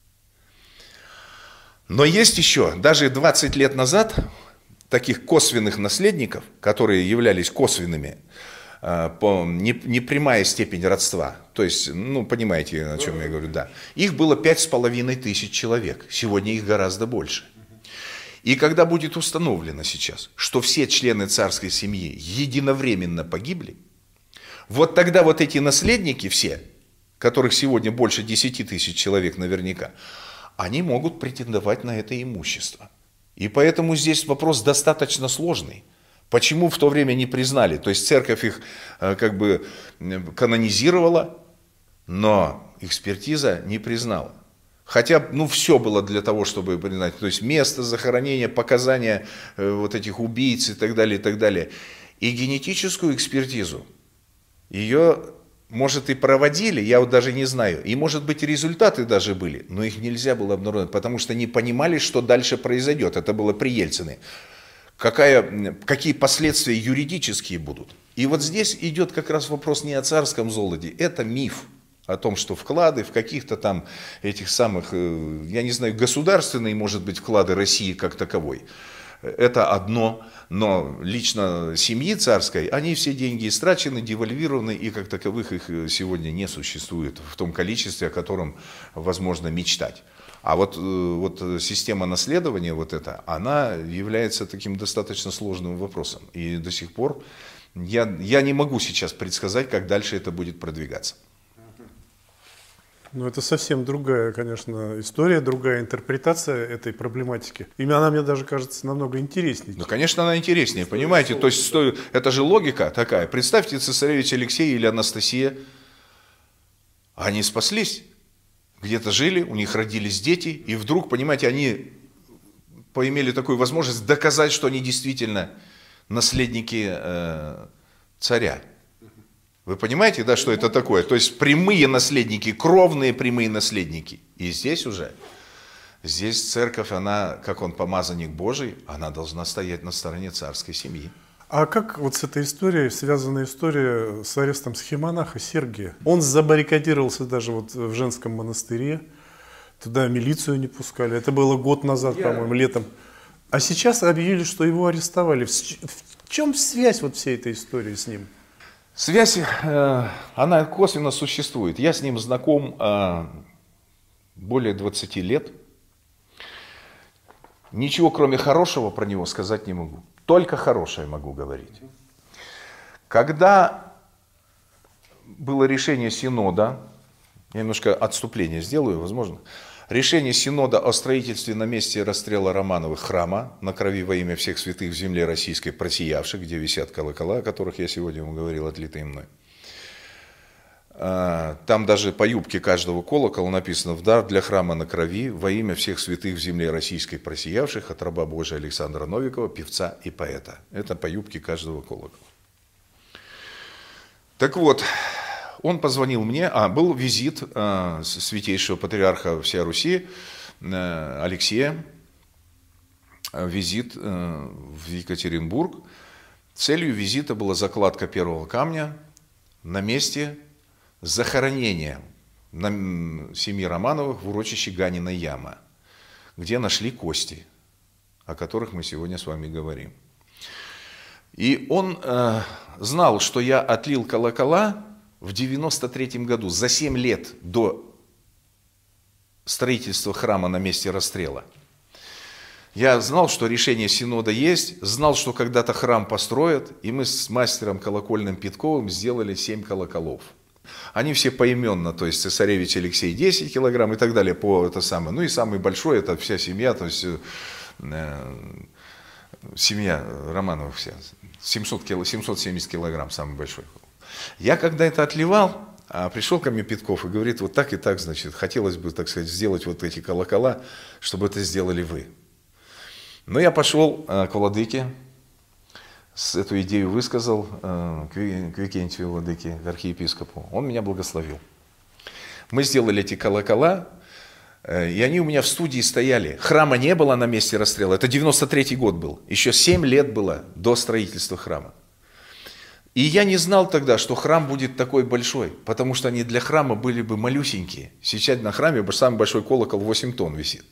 Но есть еще, даже двадцать лет назад, таких косвенных наследников, которые являлись косвенными, э, по не, не прямая степень родства, то есть, ну, понимаете, о чем я говорю, да, их было пять с половиной тысяч человек, сегодня их гораздо больше. И когда будет установлено сейчас, что все члены царской семьи единовременно погибли, вот тогда вот эти наследники все, которых сегодня больше десяти тысяч человек наверняка, они могут претендовать на это имущество. И поэтому здесь вопрос достаточно сложный. Почему в то время не признали? То есть церковь их как бы канонизировала, но экспертиза не признала. Хотя, ну, все было для того, чтобы признать, то есть место захоронения, показания э, вот этих убийц и так далее, и так далее. И генетическую экспертизу, ее, может, и проводили, я вот даже не знаю, и, может быть, результаты даже были, но их нельзя было обнародовать, потому что не понимали, что дальше произойдет. Это было при Ельцине. Какая, какие последствия юридические будут. И вот здесь идет как раз вопрос не о царском золоте, это миф. О том, что вклады в каких-то там этих самых, я не знаю, государственные, может быть, вклады России как таковой. Это одно, но лично семьи царской, они все деньги истрачены, девальвированы, и как таковых их сегодня не существует в том количестве, о котором возможно мечтать. А вот, вот система наследования, вот эта, она является таким достаточно сложным вопросом. И до сих пор я, я не могу сейчас предсказать, как дальше это будет продвигаться. Ну, это совсем другая, конечно, история, другая интерпретация этой проблематики. Именно она мне даже кажется намного интереснее. Ну, конечно, она интереснее, понимаете? То есть, это же логика такая. Представьте, цесаревич Алексей или Анастасия, они спаслись, где-то жили, у них родились дети, и вдруг, понимаете, они поимели такую возможность доказать, что они действительно наследники э, царя. Вы понимаете, да, что это такое? То есть прямые наследники, кровные прямые наследники. И здесь уже, здесь церковь, она, как он помазанник Божий, она должна стоять на стороне царской семьи. А как вот с этой историей связана история с арестом схимонаха Сергия? Он забаррикадировался даже вот в женском монастыре, туда милицию не пускали. Это было год назад, Я... по-моему, летом. А сейчас объявили, что его арестовали. В чем связь вот всей этой истории с ним? Связь, э, она косвенно существует. Я с ним знаком э, более двадцати лет. Ничего, кроме хорошего, про него сказать не могу. Только хорошее могу говорить. Когда было решение Синода, я немножко отступление сделаю, возможно. Решение Синода о строительстве на месте расстрела Романовых храма на крови во имя всех святых в земле российской просиявших, где висят колокола, о которых я сегодня вам говорил, отлитые мной. Там даже по юбке каждого колокола написано «В дар для храма на крови во имя всех святых в земле российской просиявших от раба Божия Александра Новикова, певца и поэта». Это по юбке каждого колокола. Так вот, он позвонил мне, а был визит а, святейшего патриарха всей Руси а, Алексея, а, визит а, в Екатеринбург. Целью визита была закладка первого камня на месте захоронения на семьи Романовых в урочище Ганина яма, где нашли кости, о которых мы сегодня с вами говорим. И он э, знал, что я отлил колокола в девяносто третьем году, за семь лет до строительства храма на месте расстрела. Я знал, что решение Синода есть, знал, что когда-то храм построят, и мы с мастером колокольным Питковым сделали семь колоколов. Они все поименно, то есть цесаревич Алексей десять килограмм и так далее, по это самое. Ну и самый большой, это вся семья, то есть э, семья Романовых вся, семьсот семьдесят килограмм, самый большой. Я когда это отливал, пришел ко мне Питков и говорит, вот так и так, значит, хотелось бы, так сказать, сделать вот эти колокола, чтобы это сделали вы. Но я пошел к владыке, эту идею высказал, к Викентию владыке, к архиепископу. Он меня благословил. Мы сделали эти колокола, и они у меня в студии стояли. Храма не было на месте расстрела. Это девяносто третий год был. Еще семь лет было до строительства храма. И я не знал тогда, что храм будет такой большой, потому что они для храма были бы малюсенькие. Сейчас на храме самый большой колокол восемь тонн висит.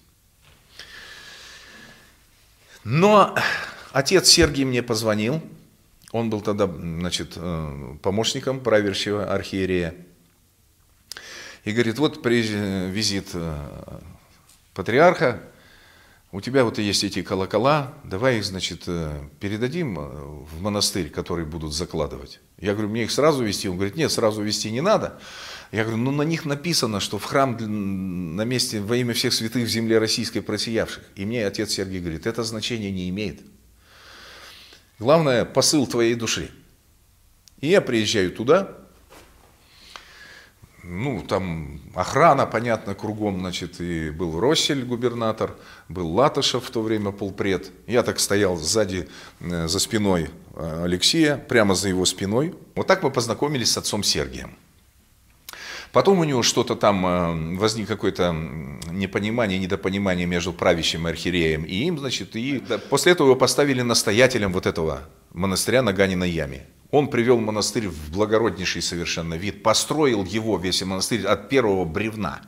Но отец Сергий мне позвонил. Он был тогда, значит, помощником правящего архиерея. И говорит, вот визит патриарха, у тебя вот есть эти колокола, давай их, значит, передадим в монастырь, который будут закладывать. Я говорю, мне их сразу везти? Он говорит, нет, сразу везти не надо. Я говорю, ну на них написано, что в храм на месте во имя всех святых в земле российской просиявших. И мне отец Сергий говорит, это значение не имеет. Главное, посыл твоей души. И я приезжаю туда, Ну, там охрана, понятно, кругом, значит, и был Россель, губернатор, был Латышев в то время полпред. Я так стоял сзади, за спиной Алексея, прямо за его спиной. Вот так мы познакомились с отцом Сергием. Потом у него что-то там, возник какое-то непонимание, недопонимание между правящим архиереем и им, значит, и после этого его поставили настоятелем вот этого монастыря на Ганиной яме. Он привел монастырь в благороднейший совершенно вид, построил его, весь монастырь, от первого бревна.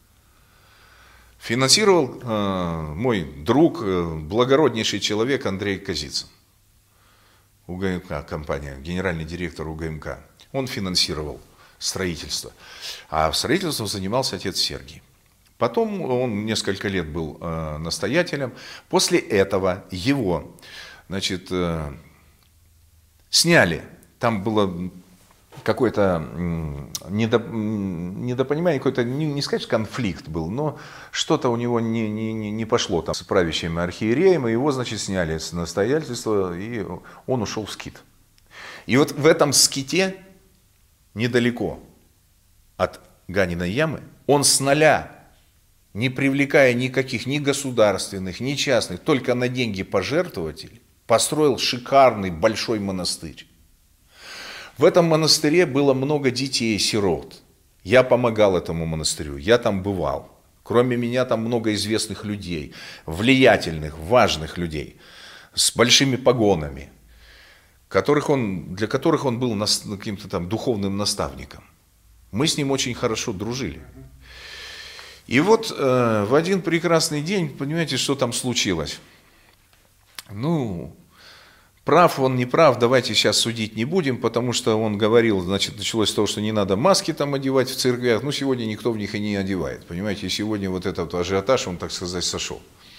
Финансировал э, мой друг, э, благороднейший человек Андрей Козицын, УГМК компания, генеральный директор УГМК. Он финансировал строительство. А строительством занимался отец Сергий. Потом он несколько лет был э, настоятелем. После этого его, значит, э, сняли. Там было какое-то недоп... недопонимание, какой-то, не, не сказать, конфликт был, но что-то у него не, не, не пошло там с правящим архиереем, и его, значит, сняли с настоятельства, и он ушел в скит. И вот в этом ските, недалеко от Ганиной ямы, он с нуля, не привлекая никаких ни государственных, ни частных, только на деньги пожертвователей, построил шикарный большой монастырь. В этом монастыре было много детей-сирот. Я помогал этому монастырю, я там бывал. Кроме меня там много известных людей, влиятельных, важных людей, с большими погонами, которых он, для которых он был каким-то там духовным наставником. Мы с ним очень хорошо дружили. И вот э, в один прекрасный день, понимаете, что там случилось? Ну, прав он, не прав, давайте сейчас судить не будем, потому что он говорил, значит, началось с того, что не надо маски там одевать в церквях, ну, сегодня никто в них и не одевает, понимаете, и сегодня вот этот ажиотаж, он, так сказать, сошел.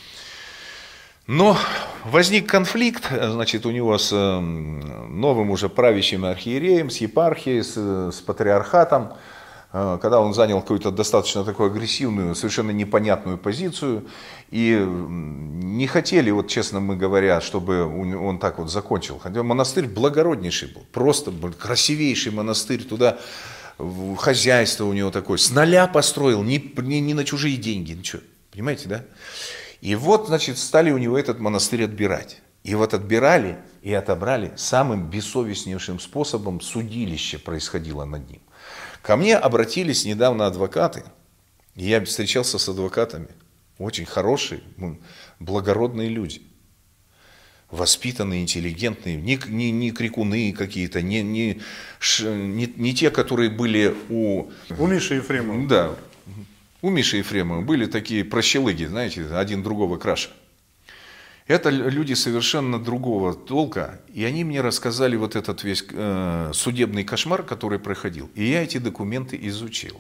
Но возник конфликт, значит, у него с новым уже правящим архиереем, с епархией, с, с патриархатом, когда он занял какую-то достаточно такую агрессивную, совершенно непонятную позицию, и не хотели, вот честно мы говоря, чтобы он так вот закончил. Хотя монастырь благороднейший был, просто красивейший монастырь, туда хозяйство у него такое, с нуля построил, не, не, не на чужие деньги, ничего, понимаете, да? И вот, значит, стали у него этот монастырь отбирать. И вот отбирали и отобрали самым бессовестнейшим способом, судилище происходило над ним. Ко мне обратились недавно адвокаты, и я встречался с адвокатами, очень хорошие, благородные люди, воспитанные, интеллигентные, не, не, не крикуны какие-то, не, не, не, не те, которые были у... У Миши Ефремова. Да, у Миши Ефремова были такие прощелыги, знаете, один другого краше. Это люди совершенно другого толка, и они мне рассказали вот этот весь э, судебный кошмар, который проходил, и я эти документы изучил.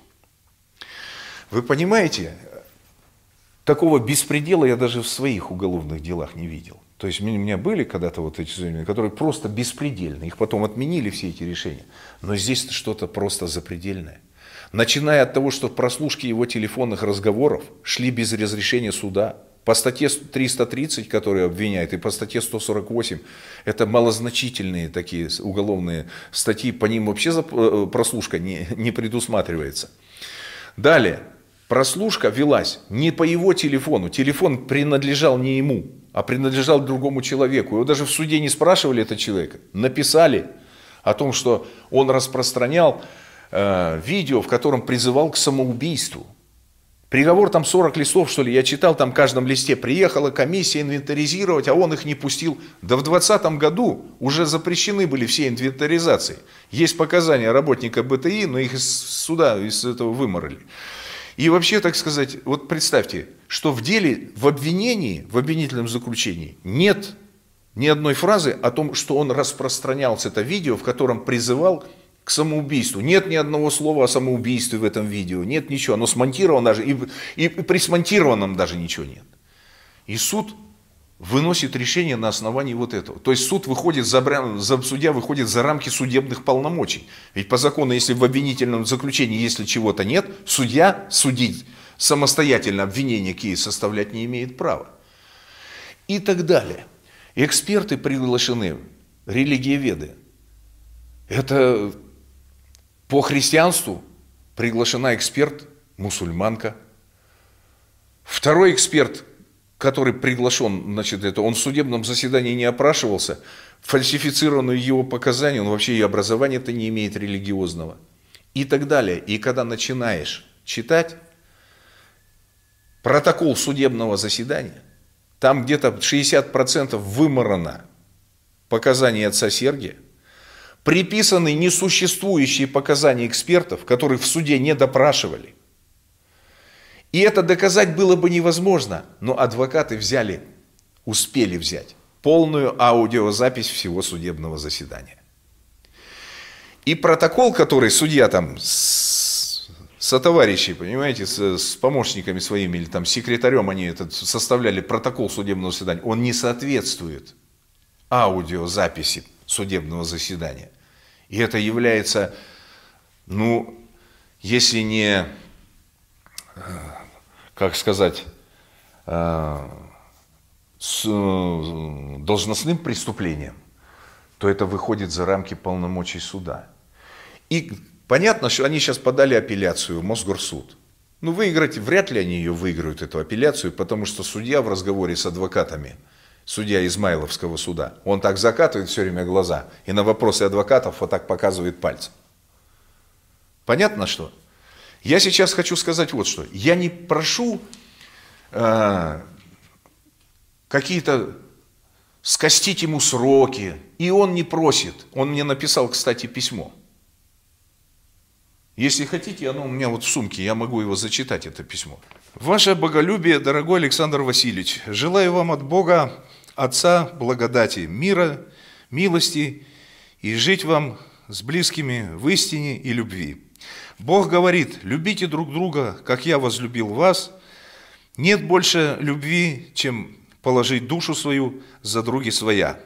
Вы понимаете, такого беспредела я даже в своих уголовных делах не видел. То есть у меня были когда-то вот эти судебные, которые просто беспредельные, их потом отменили все эти решения, но здесь что-то просто запредельное. Начиная от того, что прослушки его телефонных разговоров шли без разрешения суда. По статье триста тридцать, которая обвиняет, и по статье сто сорок восемь, это малозначительные такие уголовные статьи, по ним вообще прослушка не, не предусматривается. Далее, прослушка велась не по его телефону, телефон принадлежал не ему, а принадлежал другому человеку. Его даже в суде не спрашивали этого человека, написали о том, что он распространял э, видео, в котором призывал к самоубийству. Приговор там сорок листов, что ли, я читал, там в каждом листе приехала комиссия инвентаризировать, а он их не пустил. Да в двадцатом году уже запрещены были все инвентаризации. Есть показания работника БТИ, но их из суда, из этого выморали. И вообще, так сказать, вот представьте, что в деле, в обвинении, в обвинительном заключении нет ни одной фразы о том, что он распространялся, это видео, в котором призывал к самоубийству. Нет ни одного слова о самоубийстве в этом видео, нет ничего. Оно смонтировано даже, и, и при смонтированном даже ничего нет. И суд выносит решение на основании вот этого. То есть суд выходит за, за, судья выходит за рамки судебных полномочий. Ведь по закону, если в обвинительном заключении, если чего-то нет, судья судить самостоятельно обвинение кейс составлять не имеет права. И так далее. Эксперты приглашены, религиоведы. Это по христианству приглашена эксперт, мусульманка. Второй эксперт, который приглашен, значит, это, он в судебном заседании не опрашивался, фальсифицированные его показания, он вообще и образования-то не имеет религиозного. И так далее. И когда начинаешь читать протокол судебного заседания, там где-то шестьдесят процентов вымарано показаний отца Сергия, приписаны несуществующие показания экспертов, которых в суде не допрашивали. И это доказать было бы невозможно, но адвокаты взяли, успели взять полную аудиозапись всего судебного заседания. И протокол, который судья там с, сотоварищей, понимаете, с, с помощниками своими или там секретарем они этот, составляли протокол судебного заседания, он не соответствует аудиозаписи судебного заседания. И это является, ну, если не, как сказать, с должностным преступлением, то это выходит за рамки полномочий суда. И понятно, что они сейчас подали апелляцию в Мосгорсуд. Ну, выиграть, вряд ли они ее выиграют, эту апелляцию, потому что судья в разговоре с адвокатами, судья Измайловского суда, он так закатывает все время глаза и на вопросы адвокатов вот так показывает пальцем. Понятно, что? Я сейчас хочу сказать вот что. Я не прошу э, какие-то скостить ему сроки, и он не просит. Он мне написал, кстати, письмо. Если хотите, оно у меня вот в сумке, я могу его зачитать, это письмо. Ваше боголюбие, дорогой Александр Васильевич, желаю вам от Бога, Отца, благодати, мира, милости и жить вам с близкими в истине и любви. Бог говорит, любите друг друга, как я возлюбил вас. Нет больше любви, чем положить душу свою за други своя.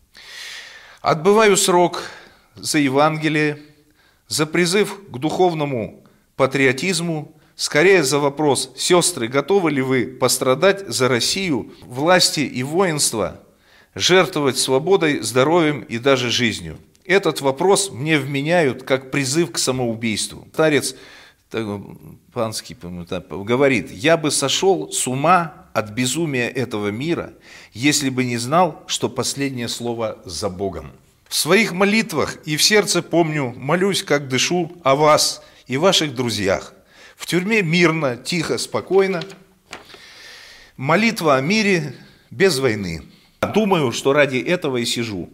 Отбываю срок за Евангелие, за призыв к духовному патриотизму, скорее за вопрос, сестры, готовы ли вы пострадать за Россию, власти и воинство, жертвовать свободой, здоровьем и даже жизнью? Этот вопрос мне вменяют как призыв к самоубийству. Старец Панский говорит, я бы сошел с ума от безумия этого мира, если бы не знал, что последнее слово за Богом. В своих молитвах и в сердце помню, молюсь, как дышу о вас и ваших друзьях. В тюрьме мирно, тихо, спокойно. Молитва о мире без войны. Думаю, что ради этого и сижу.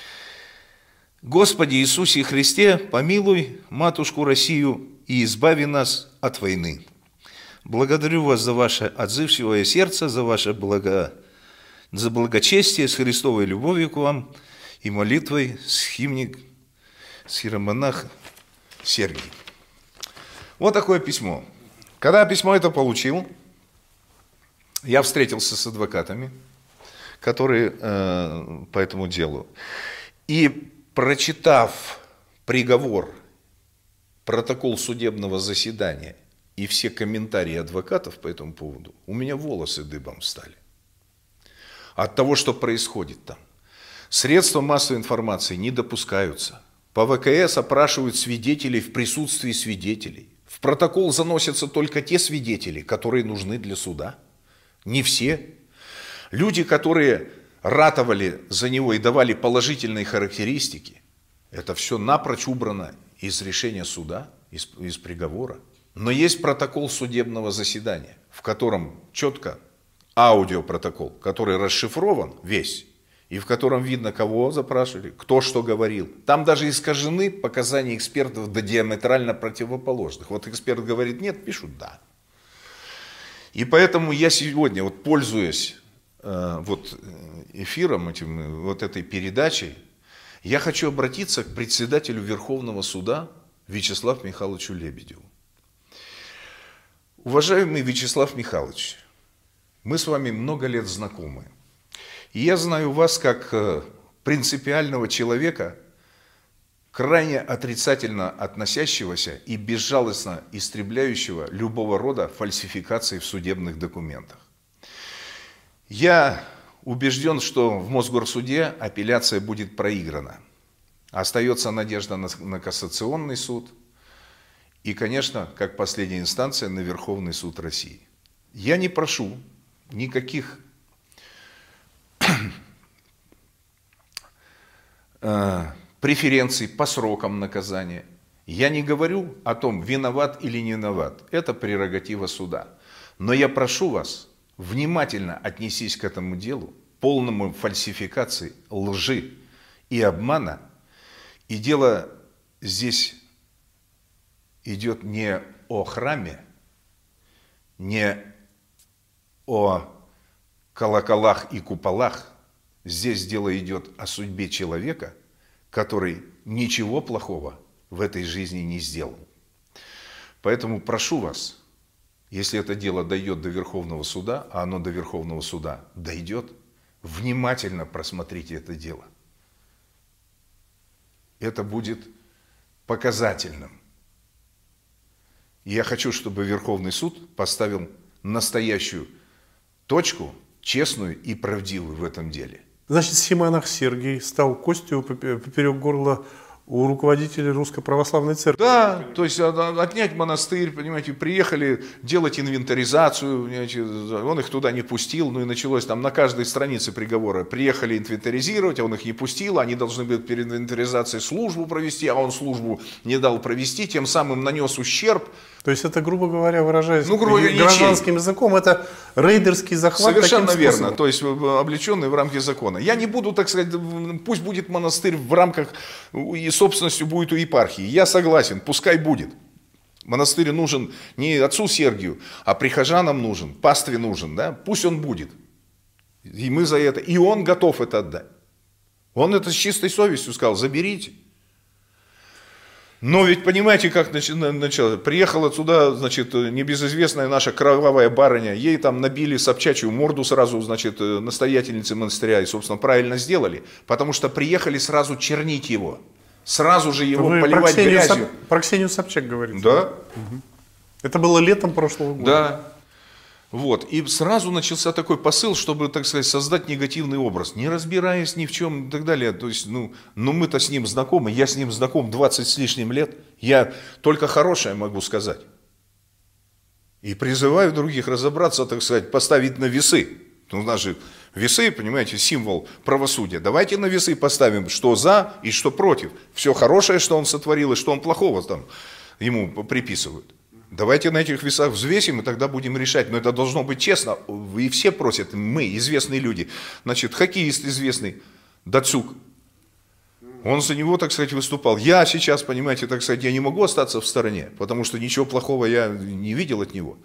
Господи Иисусе Христе, помилуй матушку Россию и избави нас от войны. Благодарю вас за ваше отзывчивое сердце, за ваше благо... за благочестие с Христовой любовью к вам и молитвой схимник, схиромонах Сергий. Вот такое письмо. Когда письмо это получил, я встретился с адвокатами, которые э, по этому делу. И прочитав приговор, протокол судебного заседания и все комментарии адвокатов по этому поводу, у меня волосы дыбом встали. От того, что происходит там. Средства массовой информации не допускаются. По ВКС опрашивают свидетелей в присутствии свидетелей. В протокол заносятся только те свидетели, которые нужны для суда. Не все. Люди, которые ратовали за него и давали положительные характеристики, это все напрочь убрано из решения суда, из, из приговора. Но есть протокол судебного заседания, в котором четко аудиопротокол, который расшифрован весь, и в котором видно, кого запрашивали, кто что говорил. Там даже искажены показания экспертов до диаметрально противоположных. Вот эксперт говорит нет, пишут да. И поэтому я сегодня, вот пользуясь э, вот эфиром, этим, вот этой передачей, я хочу обратиться к председателю Верховного суда Вячеславу Михайловичу Лебедеву. Уважаемый Вячеслав Михайлович, мы с вами много лет знакомы. И я знаю вас как принципиального человека, крайне отрицательно относящегося и безжалостно истребляющего любого рода фальсификации в судебных документах. Я убежден, что в Мосгорсуде апелляция будет проиграна. Остается надежда на, на кассационный суд. И, конечно, как последняя инстанция, на Верховный суд России. Я не прошу никаких э, преференций по срокам наказания. Я не говорю о том, виноват или не виноват. Это прерогатива суда. Но я прошу вас, внимательно отнесись к этому делу, полному фальсификации, лжи и обмана. И дело здесь идет не о храме, не о колоколах и куполах. Здесь дело идет о судьбе человека, который ничего плохого в этой жизни не сделал. Поэтому прошу вас, если это дело дойдет до Верховного суда, а оно до Верховного суда дойдет, внимательно просмотрите это дело. Это будет показательным. И я хочу, чтобы Верховный суд поставил настоящую точку, честную и правдивую в этом деле. Значит, схемонах Сергий стал костью поперек горла у руководителей Русской Православной Церкви. Да, то есть отнять монастырь, понимаете, приехали делать инвентаризацию, понимаете, он их туда не пустил, ну и началось там на каждой странице приговора. Приехали инвентаризировать, а он их не пустил, они должны были перед инвентаризацией службу провести, а он службу не дал провести, тем самым нанес ущерб. То есть это, грубо говоря, выражаясь ну, грубо говоря, гражданским языком, это рейдерский захват. Совершенно верно, то есть облеченный в рамки закона. Я не буду, так сказать, пусть будет монастырь в рамках и собственностью будет у епархии. Я согласен, пускай будет. Монастырь нужен не отцу Сергию, а прихожанам нужен, пастве нужен, да? Пусть он будет. И мы за это, и он готов это отдать. Он это с чистой совестью сказал, заберите. Но ведь понимаете, как началось? Приехала сюда, значит, небезызвестная наша кровавая барыня, ей там набили собчачью морду сразу, значит, настоятельницы монастыря, и, собственно, правильно сделали, потому что приехали сразу чернить его, сразу же его Вы поливать про грязью. Сап... Про Ксению Собчак говорите? Да. Угу. Это было летом прошлого года? Да. Вот. И сразу начался такой посыл, чтобы, так сказать, создать негативный образ, не разбираясь ни в чем и так далее. То есть, ну, ну мы-то с ним знакомы, я с ним знаком двадцать с лишним лет, я только хорошее могу сказать. И призываю других разобраться, так сказать, поставить на весы. У нас же весы, понимаете, символ правосудия. Давайте на весы поставим, что за и что против. Все хорошее, что он сотворил, и что он плохого там ему приписывают. Давайте на этих весах взвесим, и тогда будем решать. Но это должно быть честно. И все просят, мы, известные люди. Значит, хоккеист известный, Дацук. Он за него, так сказать, выступал. Я сейчас, понимаете, так сказать, я не могу остаться в стороне, потому что ничего плохого я не видел от него.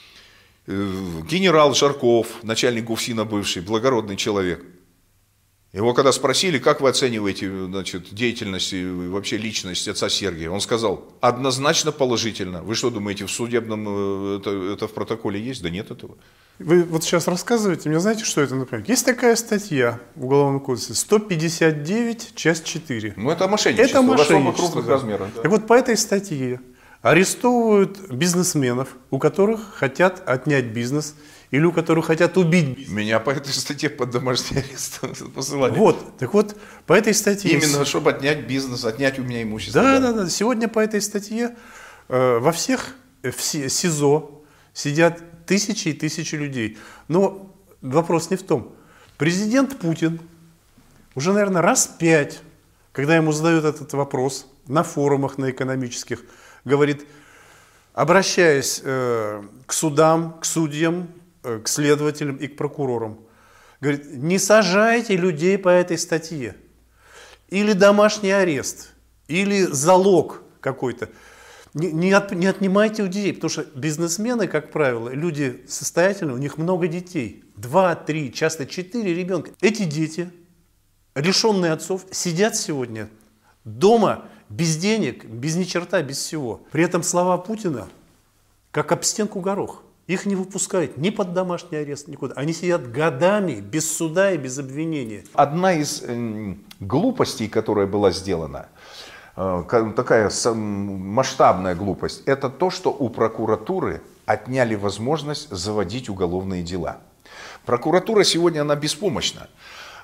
Генерал Жарков, начальник ГУФСИНа бывший, благородный человек. Его когда спросили, как вы оцениваете, значит, деятельность и вообще личность отца Сергия, он сказал, однозначно положительно. Вы что думаете, в судебном, это, это в протоколе есть? Да нет этого. Вы вот сейчас рассказываете, мне знаете, что это например? Есть такая статья в Уголовном кодексе, сто пятьдесят девять, часть четыре. Ну это мошенничество, это мошенничество в особо крупных да. размерах. Да. Так вот по этой статье арестовывают бизнесменов, у которых хотят отнять бизнес, или у которых хотят убить бизнес. Меня по этой статье под домашний арест посылали. Вот, так вот, по этой статье... Именно, чтобы отнять бизнес, отнять у меня имущество. Да, да, да. да. Сегодня по этой статье э, во всех в СИЗО сидят тысячи и тысячи людей. Но вопрос не в том. Президент Путин уже, наверное, раз пять, когда ему задают этот вопрос на форумах, на экономических, говорит, обращаясь э, к судам, к судьям, э, к следователям и к прокурорам, говорит, не сажайте людей по этой статье. Или домашний арест, или залог какой-то. Не, не, от, не отнимайте у детей, потому что бизнесмены, как правило, люди состоятельные, у них много детей. Два, три, часто четыре ребенка. Эти дети, лишенные отцов, сидят сегодня дома без денег, без ни черта, без всего. При этом слова Путина, как об стенку горох. Их не выпускают ни под домашний арест, никуда. Они сидят годами, без суда и без обвинения. Одна из э, глупостей, которая была сделана, э, такая масштабная глупость, это то, что у прокуратуры отняли возможность заводить уголовные дела. Прокуратура сегодня, она беспомощна.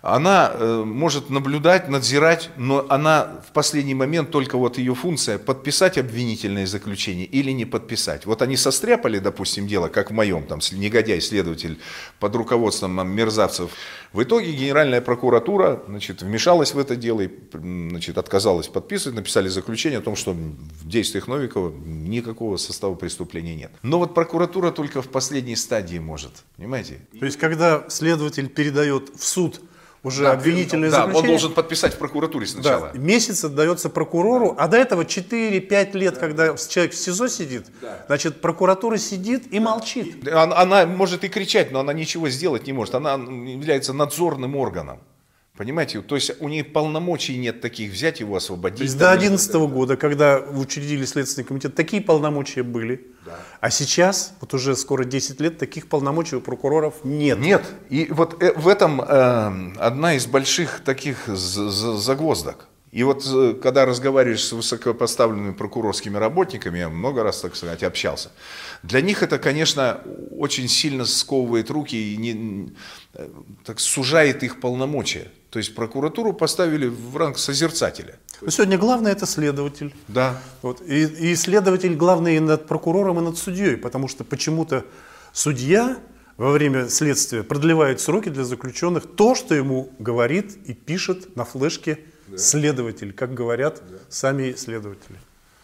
Она э, может наблюдать, надзирать, но она в последний момент, только вот ее функция подписать обвинительное заключение или не подписать. Вот они состряпали, допустим, дело, как в моем, там, негодяй-следователь под руководством там, мерзавцев. В итоге Генеральная прокуратура, значит, вмешалась в это дело и, значит, отказалась подписывать, написали заключение о том, что в действиях Новикова никакого состава преступления нет. Но вот прокуратура только в последней стадии может, понимаете? То есть, когда следователь передает в суд уже да, обвинительное да, заключение, он должен подписать в прокуратуре сначала. Да, месяц отдается прокурору, да. А до этого четыре-пять лет, да. Когда человек в СИЗО сидит, да. Значит, прокуратура сидит и молчит. Она, она может и кричать, но она ничего сделать не может. Она является надзорным органом. Понимаете, то есть у нее полномочий нет таких взять его, освободить. То есть до две тысячи одиннадцатого года, когда учредили Следственный комитет, такие полномочия были. Да. А сейчас, вот уже скоро десять лет, таких полномочий у прокуроров нет. Нет. И вот в этом э, одна из больших таких загвоздок. И вот когда разговариваешь с высокопоставленными прокурорскими работниками, я много раз, так сказать, общался, для них это, конечно, очень сильно сковывает руки и не, так, сужает их полномочия. То есть прокуратуру поставили в ранг созерцателя. Но сегодня главное это следователь. Да. Вот. И, и следователь главный и над прокурором, и над судьей, потому что почему-то судья во время следствия продлевает сроки для заключенных то, что ему говорит и пишет на флешке да. Следователь, как говорят да. Сами следователи.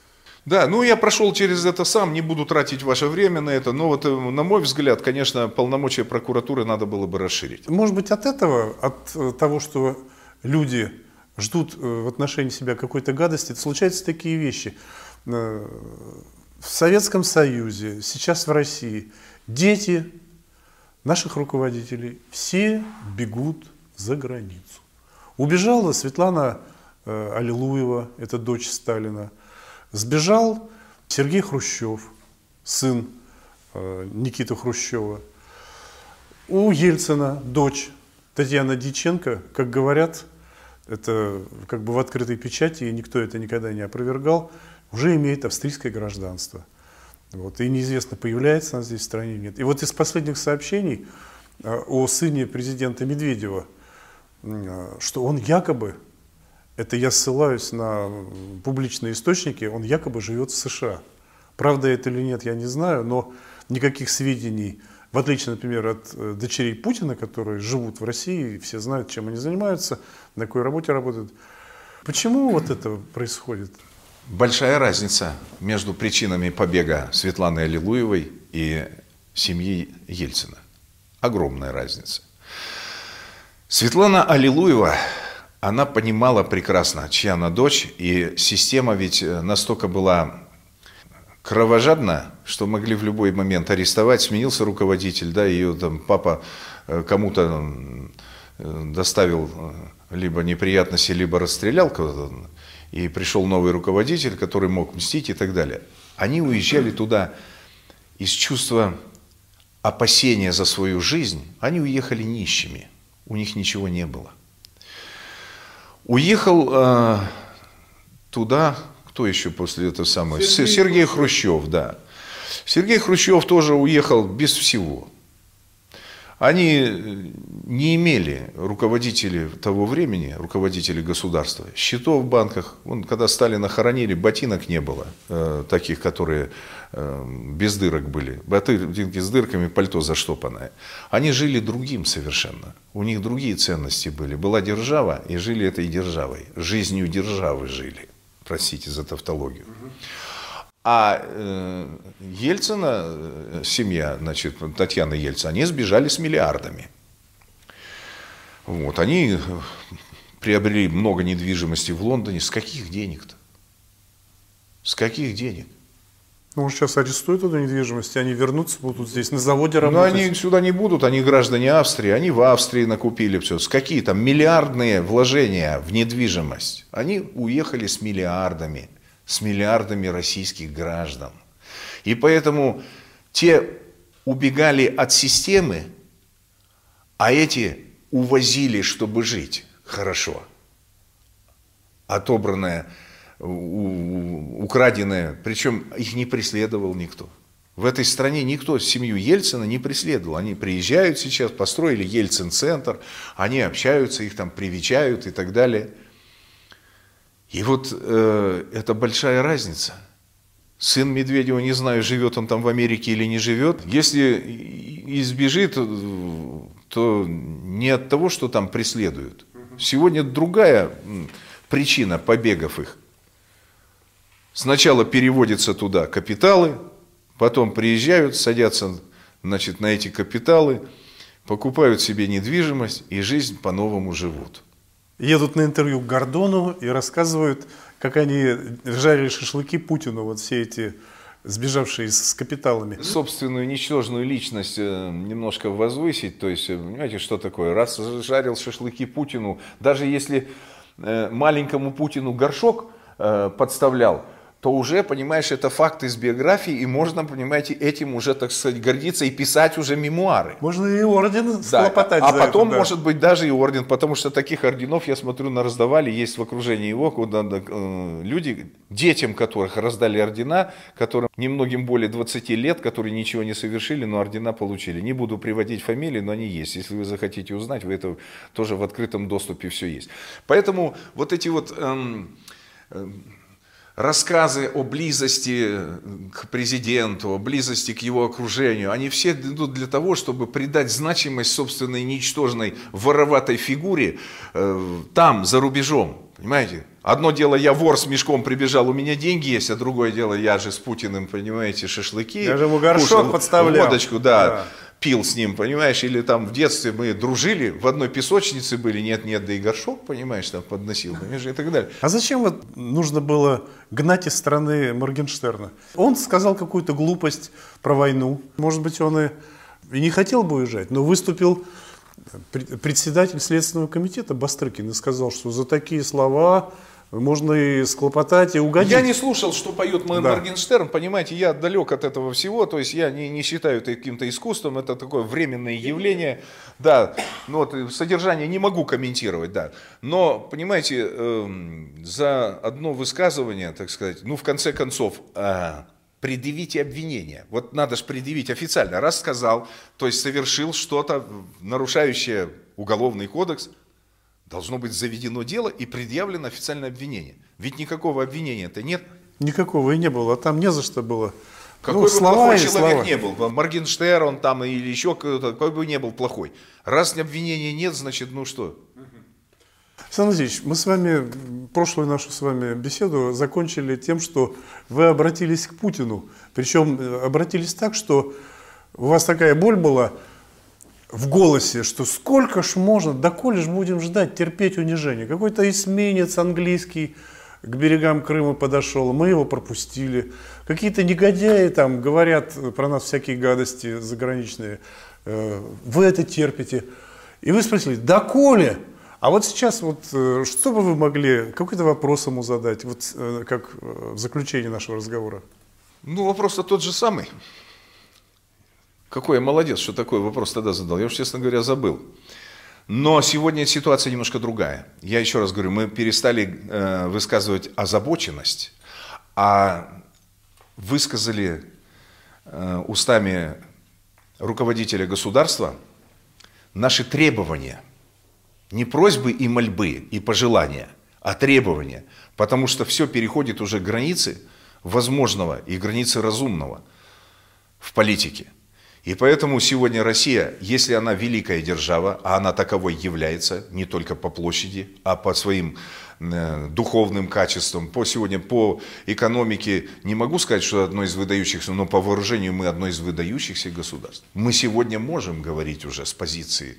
Да, ну я прошел через это сам, не буду тратить ваше время на это, но вот на мой взгляд, конечно, полномочия прокуратуры надо было бы расширить. Может быть, от этого, от того, что люди ждут в отношении себя какой-то гадости, случаются такие вещи. В Советском Союзе, сейчас в России, дети наших руководителей все бегут за границу. Убежала Светлана Аллилуева, это дочь Сталина. Сбежал Сергей Хрущев, сын Никиты Хрущева. У Ельцина дочь Татьяна Дьяченко, как говорят, это как бы в открытой печати, и никто это никогда не опровергал, уже имеет австрийское гражданство. Вот, и неизвестно, появляется она здесь в стране или нет. И вот из последних сообщений о сыне президента Медведева, что он якобы, это я ссылаюсь на публичные источники, он якобы живет в США. Правда это или нет, я не знаю, но никаких сведений, в отличие, например, от дочерей Путина, которые живут в России, все знают, чем они занимаются, на какой работе работают. Почему вот это происходит? Большая разница между причинами побега Светланы Аллилуевой и семьи Ельцина. Огромная разница. Светлана Аллилуева, она понимала прекрасно, чья она дочь, и система ведь настолько была кровожадна, что могли в любой момент арестовать, сменился руководитель, да, ее там папа кому-то доставил либо неприятности, либо расстрелял кого-то, и пришел новый руководитель, который мог мстить и так далее. Они уезжали туда из чувства опасения за свою жизнь, они уехали нищими, у них ничего не было. Уехал э, туда, кто еще после этого самого? Сергей, Сергей Хрущев, да. Сергей Хрущев тоже уехал без всего. Они не имели, руководители того времени, руководители государства, счетов в банках. Вон, когда Сталина хоронили, ботинок не было, э, таких, которые э, без дырок были. Ботинки с дырками, пальто заштопанное. Они жили другим совершенно. У них другие ценности были. Была держава, и жили этой державой. Жизнью державы жили. Простите за тавтологию. А э, Ельцина, э, семья, значит, Татьяны Ельцин, они сбежали с миллиардами. Вот, они приобрели много недвижимости в Лондоне. С каких денег-то? С каких денег? Ну, он сейчас арестует эту недвижимость, и они вернутся, будут здесь на заводе работать. Но они сюда не будут, они граждане Австрии, они в Австрии накупили все. С какие там миллиардные вложения в недвижимость? Они уехали с миллиардами. С миллиардами российских граждан. И поэтому те убегали от системы, а эти увозили, чтобы жить хорошо. Отобранное, украденное, причем их не преследовал никто. В этой стране никто семью Ельцина не преследовал. Они приезжают сейчас, построили Ельцин-центр, они общаются, их там привечают и так далее. И вот э, это большая разница. Сын Медведева, не знаю, живет он там в Америке или не живет. Если избежит, то не от того, что там преследуют. Сегодня другая причина побегов их. Сначала переводятся туда капиталы, потом приезжают, садятся, значит, на эти капиталы, покупают себе недвижимость и жизнь по-новому живут. Едут на интервью к Гордону и рассказывают, как они жарили шашлыки Путину, вот все эти сбежавшие с капиталами. Собственную ничтожную личность немножко возвысить, то есть, понимаете, что такое? Раз жарил шашлыки Путину, даже если маленькому Путину горшок подставлял, то уже, понимаешь, это факт из биографии, и можно, понимаете, этим уже, так сказать, гордиться и писать уже мемуары. Можно и орден да. схлопотать А за потом, это, да. может быть, даже и орден, потому что таких орденов, я смотрю, нараздавали, есть в окружении его, куда э, люди, детям которых раздали ордена, которым немногим более двадцати лет, которые ничего не совершили, но ордена получили. Не буду приводить фамилии, но они есть. Если вы захотите узнать, вы это тоже в открытом доступе все есть. Поэтому вот эти вот... Эм, эм, рассказы о близости к президенту, о близости к его окружению, они все идут для того, чтобы придать значимость собственной ничтожной вороватой фигуре э, там, за рубежом. Понимаете? Одно дело, я вор с мешком прибежал, у меня деньги есть, а другое дело, я же с Путиным, понимаете, шашлыки. Я же ему горшок кушал, подставлял. Водочку, да. да. Пил с ним, понимаешь, или там в детстве мы дружили, в одной песочнице были, нет-нет, да и горшок, понимаешь, там подносил, понимаешь, и так далее. А зачем вот нужно было гнать из страны Моргенштерна? Он сказал какую-то глупость про войну, может быть, он и, и не хотел бы уезжать, но выступил председатель Следственного комитета Бастрыкин и сказал, что за такие слова... можно и склопотать, и угодить. Я не слушал, что поет мой да. Моргенштерн, понимаете, я далек от этого всего, то есть я не, не считаю это каким-то искусством, это такое временное явление, да, ну вот содержание не могу комментировать, да, но, понимаете, э, за одно высказывание, так сказать, ну в конце концов, э, предъявите обвинение, вот надо же предъявить официально, раз сказал, то есть совершил что-то, нарушающее уголовный кодекс, должно быть заведено дело и предъявлено официальное обвинение. Ведь никакого обвинения-то нет. Никакого и не было, а там не за что было. Какой ну, бы слова плохой и человек слова. не был, Моргенштерн там или еще кто-то, какой бы не был плохой. Раз обвинения нет, значит, ну что? Александр Владимирович, мы с вами прошлую нашу с вами беседу закончили тем, что вы обратились к Путину. Причем обратились так, что у вас такая боль была в голосе, что сколько ж можно, доколе ж будем ждать, терпеть унижение. Какой-то эсминец английский к берегам Крыма подошел, мы его пропустили. Какие-то негодяи там говорят про нас всякие гадости заграничные. Вы это терпите. И вы спросили, доколе? А вот сейчас, вот, что бы вы могли, какой-то вопрос ему задать, вот как в заключении нашего разговора? Ну, вопрос-то тот же самый. Какой я молодец, что такой вопрос тогда задал. Я уж, честно говоря, забыл. Но сегодня ситуация немножко другая. Я еще раз говорю, мы перестали э, высказывать озабоченность, а высказали э, устами руководителя государства наши требования. Не просьбы и мольбы, и пожелания, а требования. Потому что все переходит уже границы возможного и границы разумного в политике. И поэтому сегодня Россия, если она великая держава, а она таковой является не только по площади, а по своим э, духовным качествам, по сегодня по экономике, не могу сказать, что одно из выдающихся, но по вооружению мы одно из выдающихся государств. Мы сегодня можем говорить уже с позиции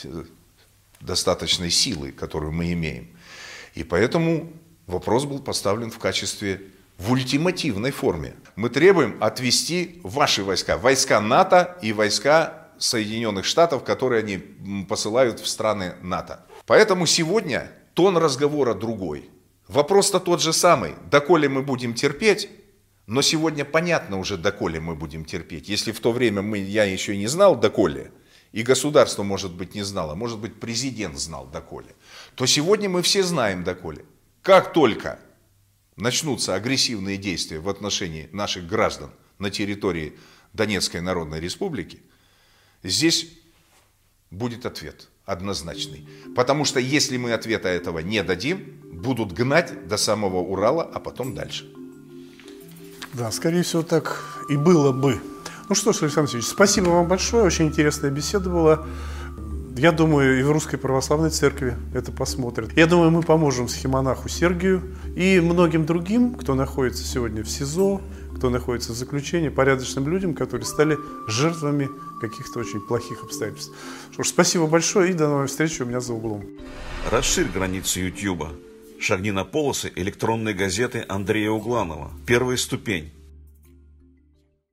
достаточной силы, которую мы имеем. И поэтому вопрос был поставлен в качестве, в ультимативной форме. Мы требуем отвести ваши войска, войска НАТО и войска Соединенных Штатов, которые они посылают в страны НАТО. Поэтому сегодня тон разговора другой. Вопрос-то тот же самый, доколе мы будем терпеть, но сегодня понятно уже, доколе мы будем терпеть. Если в то время мы, я еще не знал, доколе, и государство, может быть, не знало, может быть, президент знал, доколе, то сегодня мы все знаем, доколе. Как только начнутся агрессивные действия в отношении наших граждан на территории Донецкой Народной Республики, здесь будет ответ однозначный. Потому что если мы ответа этого не дадим, будут гнать до самого Урала, а потом дальше. Да, скорее всего, так и было бы. Ну что ж, Александр Васильевич, спасибо вам большое, очень интересная беседа была. Я думаю, и в Русской Православной Церкви это посмотрят. Я думаю, мы поможем схимонаху Сергию и многим другим, кто находится сегодня в СИЗО, кто находится в заключении, порядочным людям, которые стали жертвами каких-то очень плохих обстоятельств. Что ж, спасибо большое и до новой встречи у меня за углом. Расширь границы Ютьюба. Шагни на полосы электронной газеты Андрея Угланова. Первая ступень.